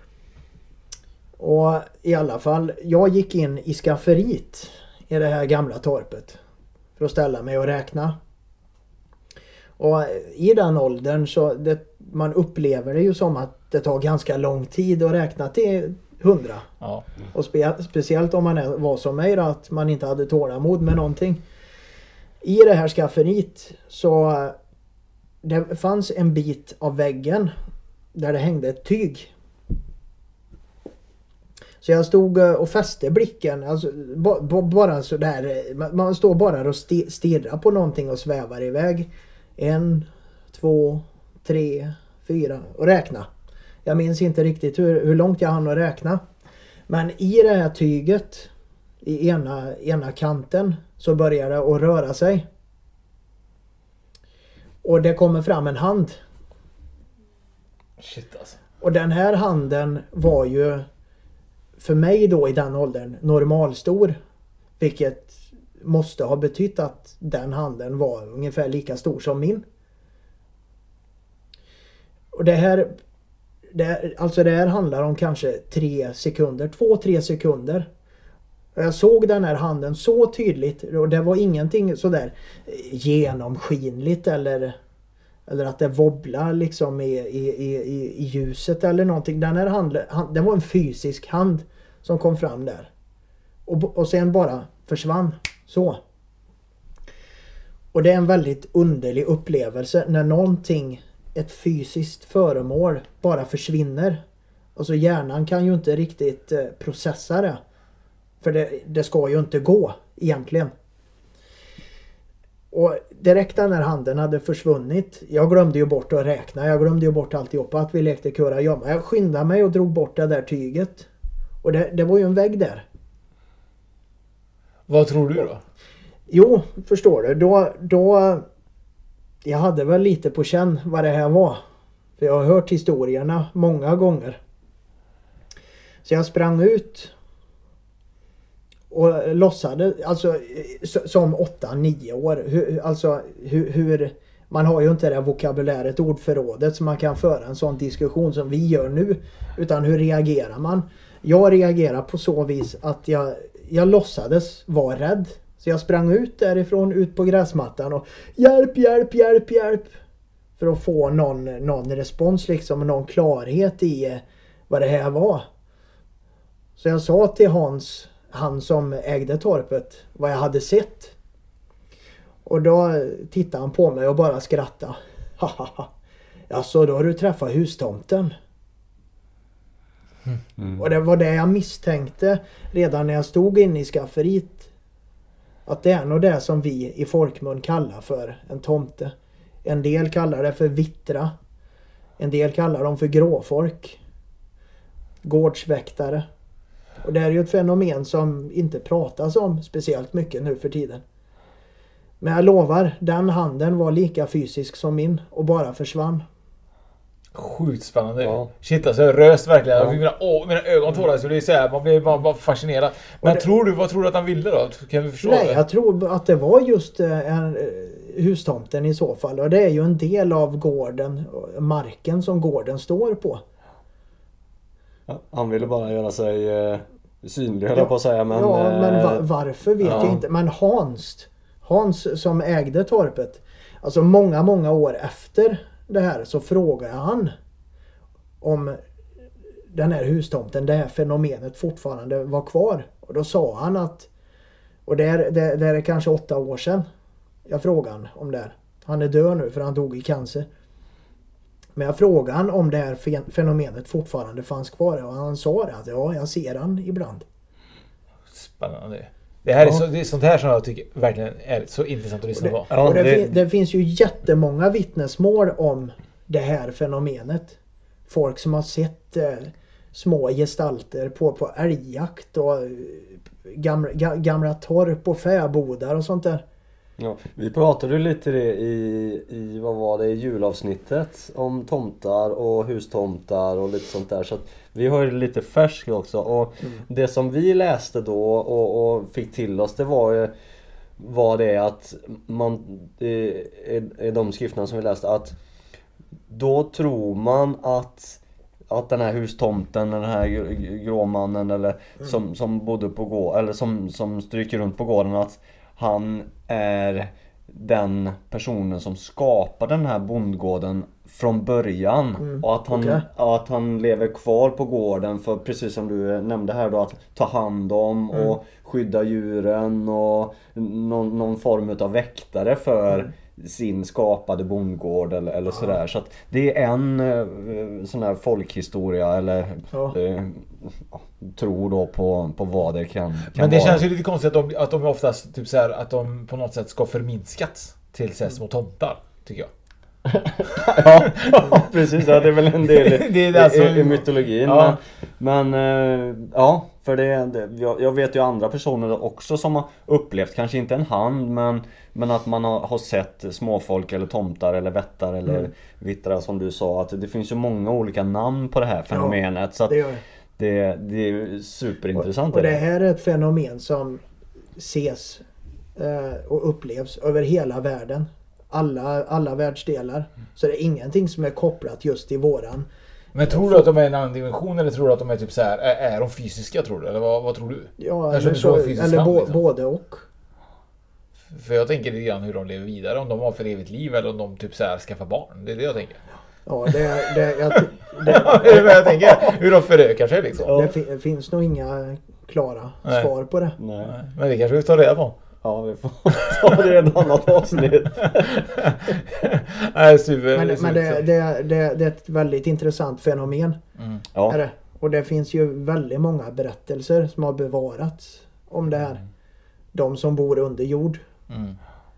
Och i alla fall, jag gick in i skafferiet i det här gamla torpet för att ställa mig och räkna. Och i den åldern så det, man upplever det ju som att det tar ganska lång tid att räkna till hundra. Ja. Och spe, speciellt om man är, var som mig då, att man inte hade tålamod med någonting. I det här skafferiet så det fanns en bit av väggen där det hängde ett tyg. Så jag stod och fäste blicken, alltså, b- b- bara så där, man står bara och st- stirrar på någonting och svävar iväg. En, två, tre, fyra och räkna. Jag minns inte riktigt hur, hur långt jag hann att räkna. Men i det här tyget, i ena, ena kanten, så börjar det att röra sig. Och det kommer fram en hand. Shit alltså. Och den här handen var ju för mig då i den åldern normalstor. Vilket måste ha betytt att den handen var ungefär lika stor som min. Och det här, det här, alltså det här handlar om kanske tre sekunder, två, tre sekunder. Och jag såg den här handen så tydligt och det var ingenting sådär genomskinligt eller, eller att det wobblar liksom i, i, i, i ljuset eller någonting. Den här handen, den var en fysisk hand som kom fram där. Och, och sen bara försvann. Så. Och det är en väldigt underlig upplevelse när någonting, ett fysiskt föremål bara försvinner. Alltså hjärnan kan ju inte riktigt eh, processa det. För det, det ska ju inte gå egentligen. Och direkt när handen hade försvunnit, jag glömde ju bort att räkna, jag glömde ju bort alltihopa att vi lekte kurragömma. Jag skyndade mig och drog bort det där tyget. Och det, det var ju en vägg där. Vad tror du då? Jo, förstår du. Då, då, jag hade väl lite på känn vad det här var. För jag har hört historierna många gånger. Så jag sprang ut och lossade, alltså som åtta nio år. Hur, alltså hur, hur, man har ju inte det vokabuläret, ordförrådet som man kan föra en sån diskussion som vi gör nu. Utan hur reagerar man? Jag reagerar på så vis att jag, jag låtsades vara rädd. Så jag sprang ut därifrån, ut på gräsmattan och hjälp, hjälp, hjälp, hjälp. För att få någon, någon respons liksom, någon klarhet i vad det här var. Så jag sa till Hans, han som ägde torpet, vad jag hade sett. Och då tittade han på mig och bara skrattade. Hahaha. Alltså, då har du träffat hustomten. Mm. Och det var det jag misstänkte redan när jag stod inne i skafferiet. Att det är nog det som vi i folkmun kallar för en tomte. En del kallar det för vittra. En del kallar dem för gråfolk. Gårdsväktare. Och det är ju ett fenomen som inte pratas om speciellt mycket nu för tiden. Men jag lovar, den handen var lika fysisk som min och bara försvann. Sjukt spännande. Ja. Shit alltså, jag röst verkligen. Ja. Mina, åh, mina ögon tårar så det är så här, man blir bara, bara fascinerad. Men det, tror du, vad tror du att han ville då? Kan vi förstå nej, det? Jag tror att det var just en, hustomten i så fall. Och det är ju en del av gården, marken som gården står på. Ja, han ville bara göra sig eh, synlig, höll jag på att säga. Men, ja, men eh, va- varför vet ja. jag inte. Men Hans, Hans som ägde torpet, alltså många, många år efter det här så frågade han om den här hustomten, det här fenomenet fortfarande var kvar. Och då sa han att, och det är, det, det är kanske åtta år sedan jag frågade han om det här. Han är död nu för han dog i cancer. Men jag frågade han om det här fenomenet fortfarande fanns kvar och han sa det att ja, jag ser han ibland. Spännande. Det här är, så, det är sånt här som jag tycker verkligen är så intressant att lyssna på. Och det, och det, det, fin- det finns ju jättemånga vittnesmål om det här fenomenet. Folk som har sett eh, små gestalter på, på älgjakt och gamla, ga, gamla torp och fäbodar och sånt där. Ja, vi pratade lite det i, i vad var det, i julavsnittet om tomtar och hustomtar och lite sånt där. Så att vi har ju lite färskt också. Och mm. det som vi läste då och, och fick till oss, det var ju var det att man i, i de skrifterna som vi läste, att då tror man att att den här hustomten, den här gråmannen eller mm. som, som bodde på gården, eller som, som stryker runt på gården, att han är den personen som skapar den här bondgården från början. Mm. Och att han, okay. att han lever kvar på gården för, precis som du nämnde här då, att ta hand om mm. och skydda djuren och någon, någon form av väktare för mm. sin skapade bondgård eller, eller ja. sådär. Så att det är en uh, sån här folkhistoria eller ja. uh, tror då på, på vad det kan, kan Men det vara. känns ju lite konstigt att de, att de oftast typ så här, att de på något sätt ska förminskats till så här små tomtar, tycker jag. ja, ja, precis. Ja, det är väl en del i, det är det alltså, i, i mytologin. Ja. Men, men ja, för det, det jag, jag vet ju andra personer också som har upplevt, kanske inte en hand, men, men att man har, har sett småfolk eller tomtar eller vättar eller mm. vittrar som du sa. Att det finns ju många olika namn på det här fenomenet. Ja, så att det, det, det är superintressant. Och, och det här är ett fenomen som ses eh, och upplevs över hela världen. Alla, alla världsdelar. Så det är ingenting som är kopplat just till våran. Men tror du att de är en annan dimension eller tror du att de är typ så här, är, är de fysiska tror du? Eller vad, vad tror du? Ja, eller, så, eller hand, bo, liksom? Både och. För jag tänker lite grann hur de lever vidare. Om de har för evigt liv eller om de typ så här skaffar barn. Det är det jag tänker. Ja, det är det, jag, det, det är jag tänker. Hur de förökar sig liksom. Det fi, finns nog inga klara Nej. svar på det. Nej. Men det kanske vi tar reda på. Ja, vi får ta det i ett annat avsnitt. Nej, super, men super, men det, det, det, det är ett väldigt intressant fenomen. Mm. Ja. Är det? Och det finns ju väldigt många berättelser som har bevarats om det här. Mm. De som bor under jord. Mm.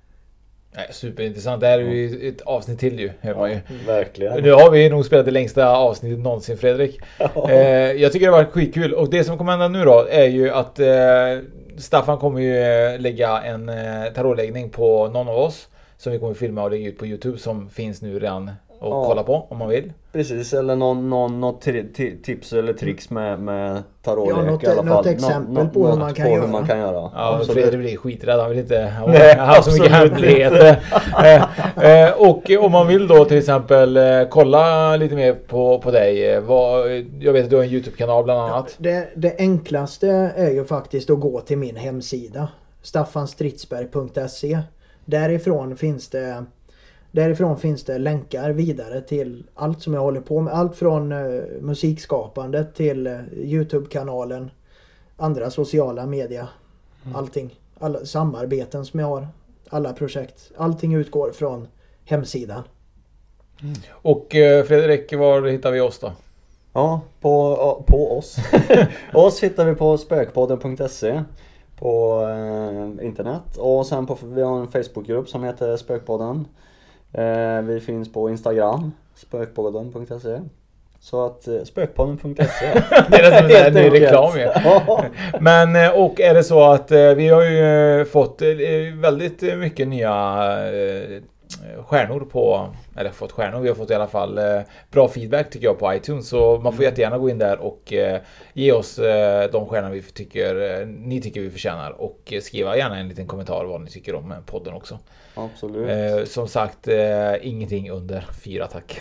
Nej, superintressant. Det här är ju ett avsnitt till ju. Ja, ju. Verkligen. Nu har vi nog spelat det längsta avsnittet någonsin, Fredrik. Ja. Eh, jag tycker det var skitkul. Och det som kommer hända nu då är ju att eh, Staffan kommer ju lägga en eh, tarotläggning på någon av oss. Som vi kommer filma och lägga ut på YouTube som finns nu redan och ja. kolla på om man vill. Precis, eller någon, någon, något t- tips eller tricks med, med tarotlek ja, något, i alla fall. Något exempel Nå, på, hur man, kan på göra. hur man kan göra. Ja, Fredrik blir skiträdd. Han vill inte ha, ha så mycket hemligheter. eh, eh, och om man vill då till exempel eh, kolla lite mer på, på dig. Eh, vad, jag vet att du har en YouTube-kanal bland annat. Ja, det, det enklaste är ju faktiskt att gå till min hemsida. stafan stridsberg punkt se. Därifrån finns det Därifrån finns det länkar vidare till allt som jag håller på med. Allt från uh, musikskapandet till uh, YouTube-kanalen, andra sociala media, mm. allting. Alla samarbeten som jag har, alla projekt. Allting utgår från hemsidan. Mm. Och uh, Fredrik, var hittar vi oss då? Ja, på, på oss. Oss hittar vi på spökpodden punkt se på eh, internet. Och sen på, vi har en Facebookgrupp som heter Spökpodden. Eh, vi finns på Instagram, spökpodden punkt se. Så att eh, spökpodden punkt se. Det är nästan en ny reklam ju. Men eh, och är det så att eh, vi har ju eh, fått eh, väldigt mycket nya eh, stjärnor på, eller fått stjärnor, vi har fått i alla fall eh, bra feedback tycker jag på iTunes, så man får jättegärna gå in där och eh, ge oss eh, de stjärnor vi tycker, eh, ni tycker vi förtjänar och eh, skriva gärna en liten kommentar vad ni tycker om podden också. Absolut. Eh, som sagt, eh, ingenting under fyra tack.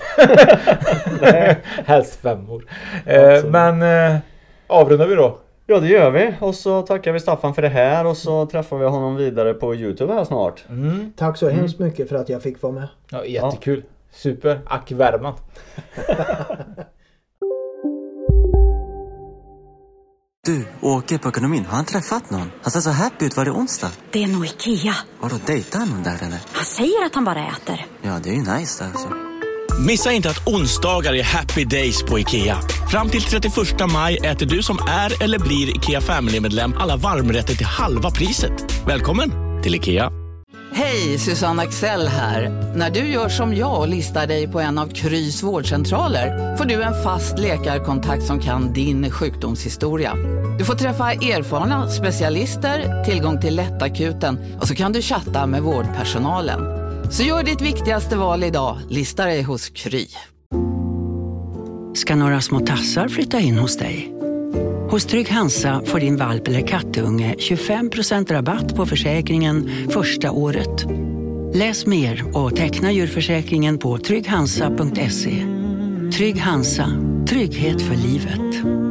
Helst femmor. Eh, men eh, avrundar vi då? Ja, det gör vi. Och så tackar vi Staffan för det här och så träffar vi honom vidare på YouTube här snart. Mm. Tack så mm. hemskt mycket för att jag fick vara med. Ja, jättekul. Ja. Super. Ack Värmland. Du, Åke på ekonomin, har han träffat någon? Han ser så happy ut, var det onsdag? Det är nog Ikea. Har du dejtat någon där eller? Han säger att han bara äter. Ja, det är ju nice där alltså. Missa inte att onsdagar är happy days på Ikea. Fram till trettioförsta maj äter du som är eller blir Ikea Family-medlem alla varmrätter till halva priset. Välkommen till Ikea. Hej, Susanne Axel här. När du gör som jag och listar dig på en av Krys vårdcentraler får du en fast läkarkontakt som kan din sjukdomshistoria. Du får träffa erfarna specialister, tillgång till lättakuten och så kan du chatta med vårdpersonalen. Så gör ditt viktigaste val idag, lista dig hos Kry. Ska några små tassar flytta in hos dig? Hos Trygg Hansa får din valp eller kattunge tjugofem procent rabatt på försäkringen första året. Läs mer och teckna djurförsäkringen på trygg hansa punkt se. Trygg Hansa, trygghet för livet.